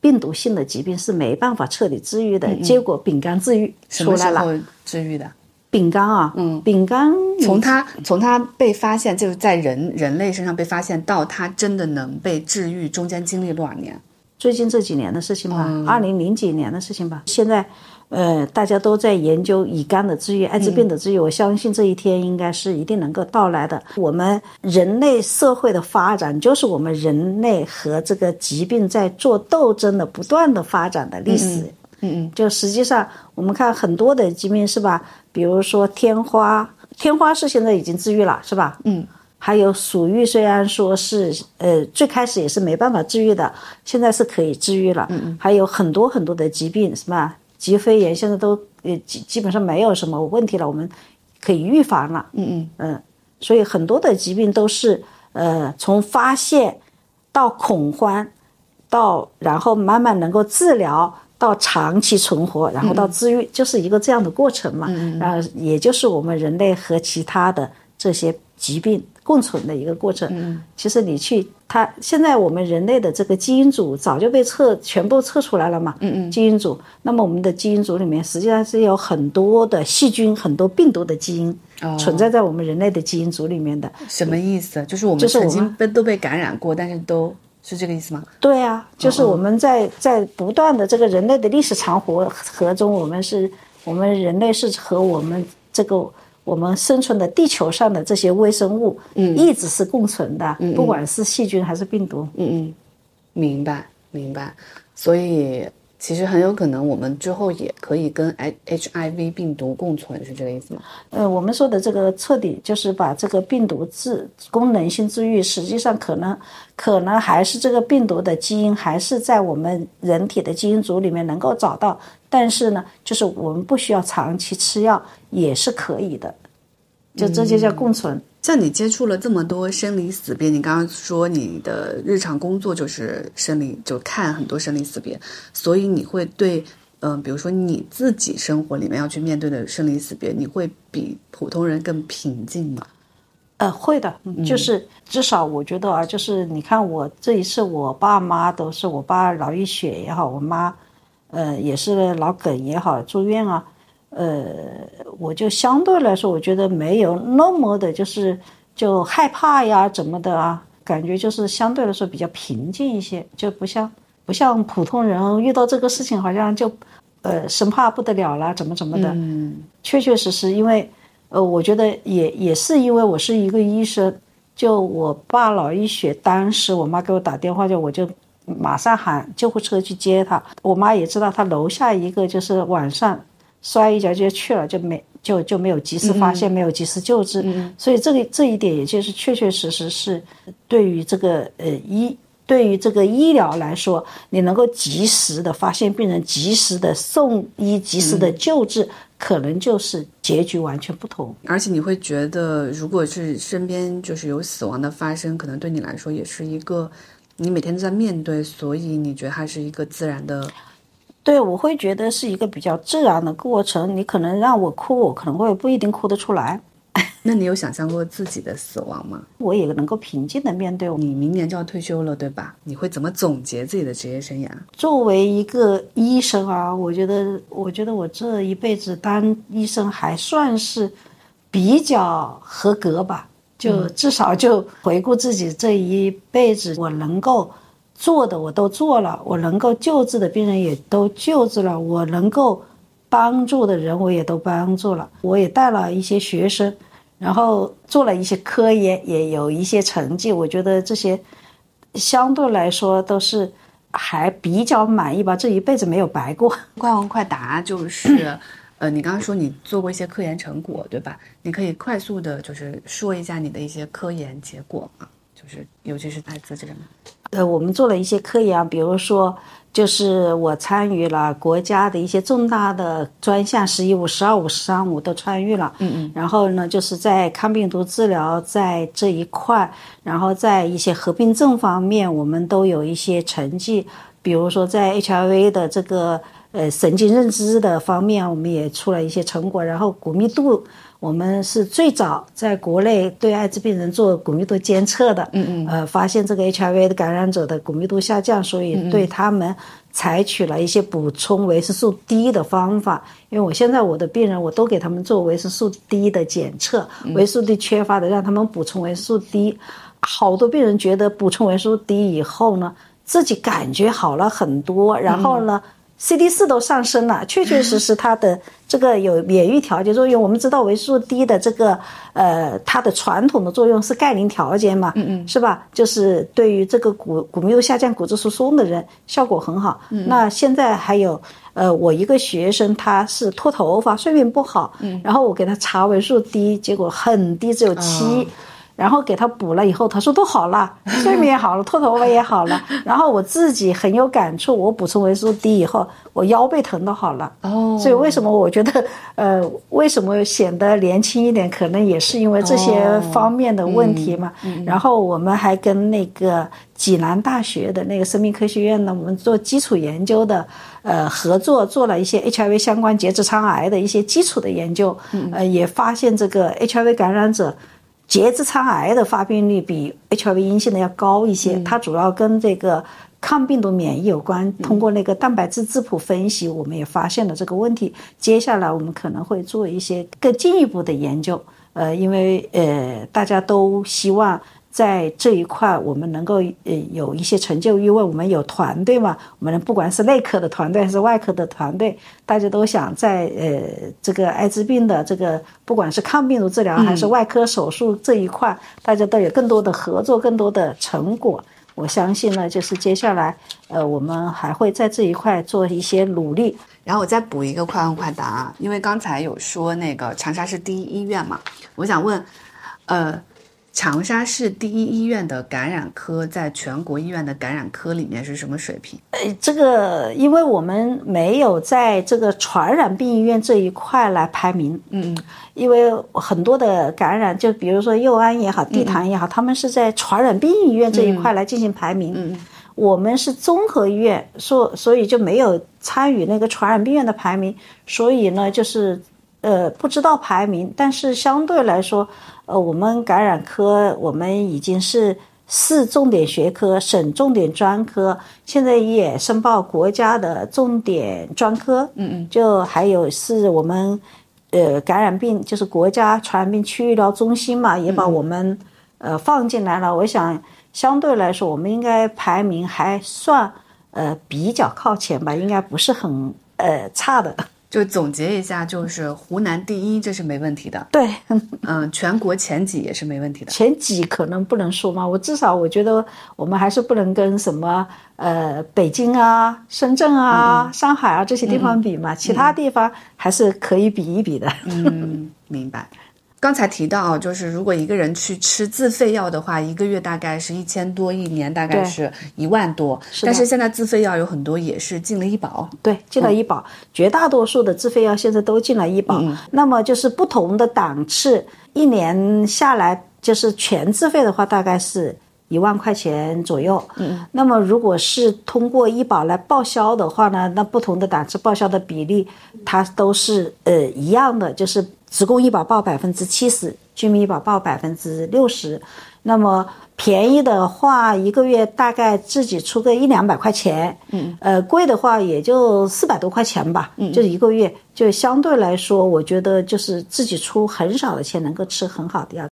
病毒性的疾病是没办法彻底治愈的，嗯嗯结果丙肝治愈出来了。 什么时候治愈的？ 丙肝啊，嗯，丙肝从它从它被发现，就是在人人类身上被发现到它真的能被治愈，中间经历多少年？ 最近这几年的事情吧，二零零几年的事情吧。现在，呃，大家都在研究乙肝的治愈、艾滋病的治愈、嗯，我相信这一天应该是一定能够到来的。我们人类社会的发展，就是我们人类和这个疾病在做斗争的不断的发展的历史。嗯嗯嗯，就实际上我们看很多的疾病是吧？比如说天花，天花是现在已经治愈了，是吧？嗯。还有鼠疫，虽然说是呃最开始也是没办法治愈的，现在是可以治愈了。嗯嗯。还有很多很多的疾病，是吧？急肺炎现在都呃基基本上没有什么问题了，我们可以预防了。嗯嗯嗯。所以很多的疾病都是呃从发现到恐慌，到然后慢慢能够治疗，到长期存活，然后到治愈，嗯、就是一个这样的过程嘛。嗯嗯。然后也就是我们人类和其他的这些疾病共存的一个过程。嗯，其实你去它现在我们人类的这个基因组早就被测全部测出来了嘛。嗯嗯，基因组，那么我们的基因组里面实际上是有很多的细菌、很多病毒的基因、哦、存在在我们人类的基因组里面的。 什么意思？就是我们曾经被都被感染过，但是都是这个意思吗？ 对啊，就是我们在在不断的这个人类的历史长河河中，我们是我们人类是和我们这个。我们生存的地球上的这些微生物，嗯，一直是共存的，嗯，不管是细菌还是病毒， 嗯嗯，明白明白。所以其实很有可能我们之后也可以跟 H I V 病毒共存，是这个意思吗？ 呃，我们说的这个彻底就是把这个病毒治功能性治愈，实际上可能可能还是这个病毒的基因还是在我们人体的基因组里面能够找到。但是呢，就是我们不需要长期吃药也是可以的，就这就叫共存。嗯、 像你接触了这么多生离死别，你刚刚说你的日常工作就是生离，就看很多生离死别，所以你会对，嗯、呃，比如说你自己生活里面要去面对的生离死别，你会比普通人更平静吗？ 呃，会的，就是至少我觉得啊，就是你看我这一次，我爸妈都是我爸脑溢血也好，我妈。呃，也是脑梗也好，住院啊，呃，我就相对来说，我觉得没有那么的，就是就害怕呀，怎么的啊，感觉就是相对来说比较平静一些，就不像不像普通人遇到这个事情，好像就呃生怕不得了了，怎么怎么的。嗯，确确实实，因为呃，我觉得也也是因为我是一个医生，就我爸脑溢血，当时我妈给我打电话，就我就。马上喊救护车去接他，我妈也知道他楼下一个就是晚上摔一跤就去了，就没就就没有及时发现，嗯、没有及时救治，嗯、所以这个这一点也就是确确实实是对于这个呃医对于这个医疗来说，你能够及时的发现病人，及时的送医，及时的救治，嗯、可能就是结局完全不同。 而且你会觉得，如果是身边就是有死亡的发生，可能对你来说也是一个。你每天都在面对，所以你觉得它是一个自然的？ 对，我会觉得是一个比较自然的过程。你可能让我哭，我可能会不一定哭得出来。 那你有想象过自己的死亡吗？ 我也能够平静的面对。 你明年就要退休了，对吧？你会怎么总结自己的职业生涯？ 作为一个医生啊，我觉得，我觉得我这一辈子当医生还算是比较合格吧。就至少就回顾自己这一辈子，我能够做的我都做了，我能够救治的病人也都救治了，我能够帮助的人我也都帮助了，我也带了一些学生，然后做了一些科研，也有一些成绩，我觉得这些相对来说都是还比较满意吧，这一辈子没有白过。 快问快答就是呃，你刚刚说你做过一些科研成果，对吧？你可以快速的，就是说一下你的一些科研结果嘛，就是尤其是艾滋这个。 呃，我们做了一些科研，比如说，就是我参与了国家的一些重大的专项，十一五、十二五、十三五都参与了。嗯嗯。然后呢，就是在抗病毒治疗在这一块，然后在一些合并症方面，我们都有一些成绩。比如说在 H I V 的这个呃神经认知的方面，我们也出了一些成果。然后骨密度， 我们是最早在国内对艾滋病人做骨密度监测的， 嗯嗯， 呃，发现这个 H I V 的感染者的骨密度下降，所以对他们采取了一些补充维生素 D 的方法。因为我现在我的病人我都给他们做维生素 D 的检测，维生素 D 缺乏的让他们补充维生素 D。好多病人觉得补充维生素 D 以后呢，自己感觉好了很多，然后呢、嗯、C D 四 都上升了，确确实实它的这个有免疫调节作用。我们知道维生素 D 的这个呃，它的传统的作用是钙磷调节嘛，嗯嗯，是吧？就是对于这个骨骨密度下降、骨质疏松的人效果很好。嗯，那现在还有呃，我一个学生他是脱头发、睡眠不好，嗯，然后我给他查维生素 D， 结果很低，只有七。哦，然后给他补了以后，他说都好了，睡眠也好了，脱头发也好了。然后我自己很有感触，我补充维生素 D 以后，我腰背疼都好了。哦，所以为什么我觉得，呃，为什么显得年轻一点，可能也是因为这些方面的问题嘛。哦嗯嗯、然后我们还跟那个济南大学的那个生命科学院呢，我们做基础研究的，呃，合作做了一些 H I V 相关结直肠癌的一些基础的研究，嗯、呃，也发现这个 H I V 感染者结直肠癌的发病率比 H I V 阴性的要高一些，嗯、它主要跟这个抗病毒免疫有关。通过那个蛋白质质谱分析，我们也发现了这个问题。接下来我们可能会做一些更进一步的研究，呃，因为呃大家都希望在这一块我们能够呃有一些成就，因为我们有团队嘛，我们不管是内科的团队还是外科的团队，大家都想在呃这个艾滋病的这个不管是抗病毒治疗还是外科手术这一块，嗯、大家都有更多的合作，更多的成果。我相信呢，就是接下来呃我们还会在这一块做一些努力。 然后我再补一个快问快答啊，因为刚才有说那个长沙市第一医院嘛，我想问呃长沙市第一医院的感染科在全国医院的感染科里面是什么水平？ 呃，这个因为我们没有在这个传染病医院这一块来排名，嗯，因为很多的感染，就比如说佑安也好，地坛也好，嗯、他们是在传染病医院这一块来进行排名，嗯，我们是综合医院，所所以就没有参与那个传染病院的排名，所以呢，就是呃不知道排名，但是相对来说。呃，我们感染科我们已经是市重点学科、省重点专科，现在也申报国家的重点专科。嗯嗯，就还有是我们呃感染病，就是国家传染病区域医疗中心嘛，也把我们、嗯、呃放进来了。我想相对来说，我们应该排名还算呃比较靠前吧，应该不是很呃差的。 就总结一下，就是湖南第一，这是没问题的。 对， 嗯，全国前几也是没问题的。 前几可能不能说嘛，我至少我觉得我们还是不能跟什么呃北京啊、深圳啊、嗯、上海啊这些地方比嘛，嗯、其他地方还是可以比一比的。 嗯，明白。刚才提到，就是如果一个人去吃自费药的话，一个月大概是一千多，一年大概是一万多。是但是现在自费药有很多也是进了医保， 对，进了医保，嗯、绝大多数的自费药现在都进了医保。嗯、那么就是不同的档次，一年下来就是全自费的话，大概是一万块钱左右。嗯，那么如果是通过医保来报销的话呢，那不同的档次报销的比例，它都是呃一样的，就是。职工医保报百分之七十，居民医保报百分之六十。那么便宜的话，一个月大概自己出个一两百块钱，嗯，呃，贵的话也就四百多块钱吧，嗯，就一个月，就相对来说，我觉得就是自己出很少的钱能够吃很好的药。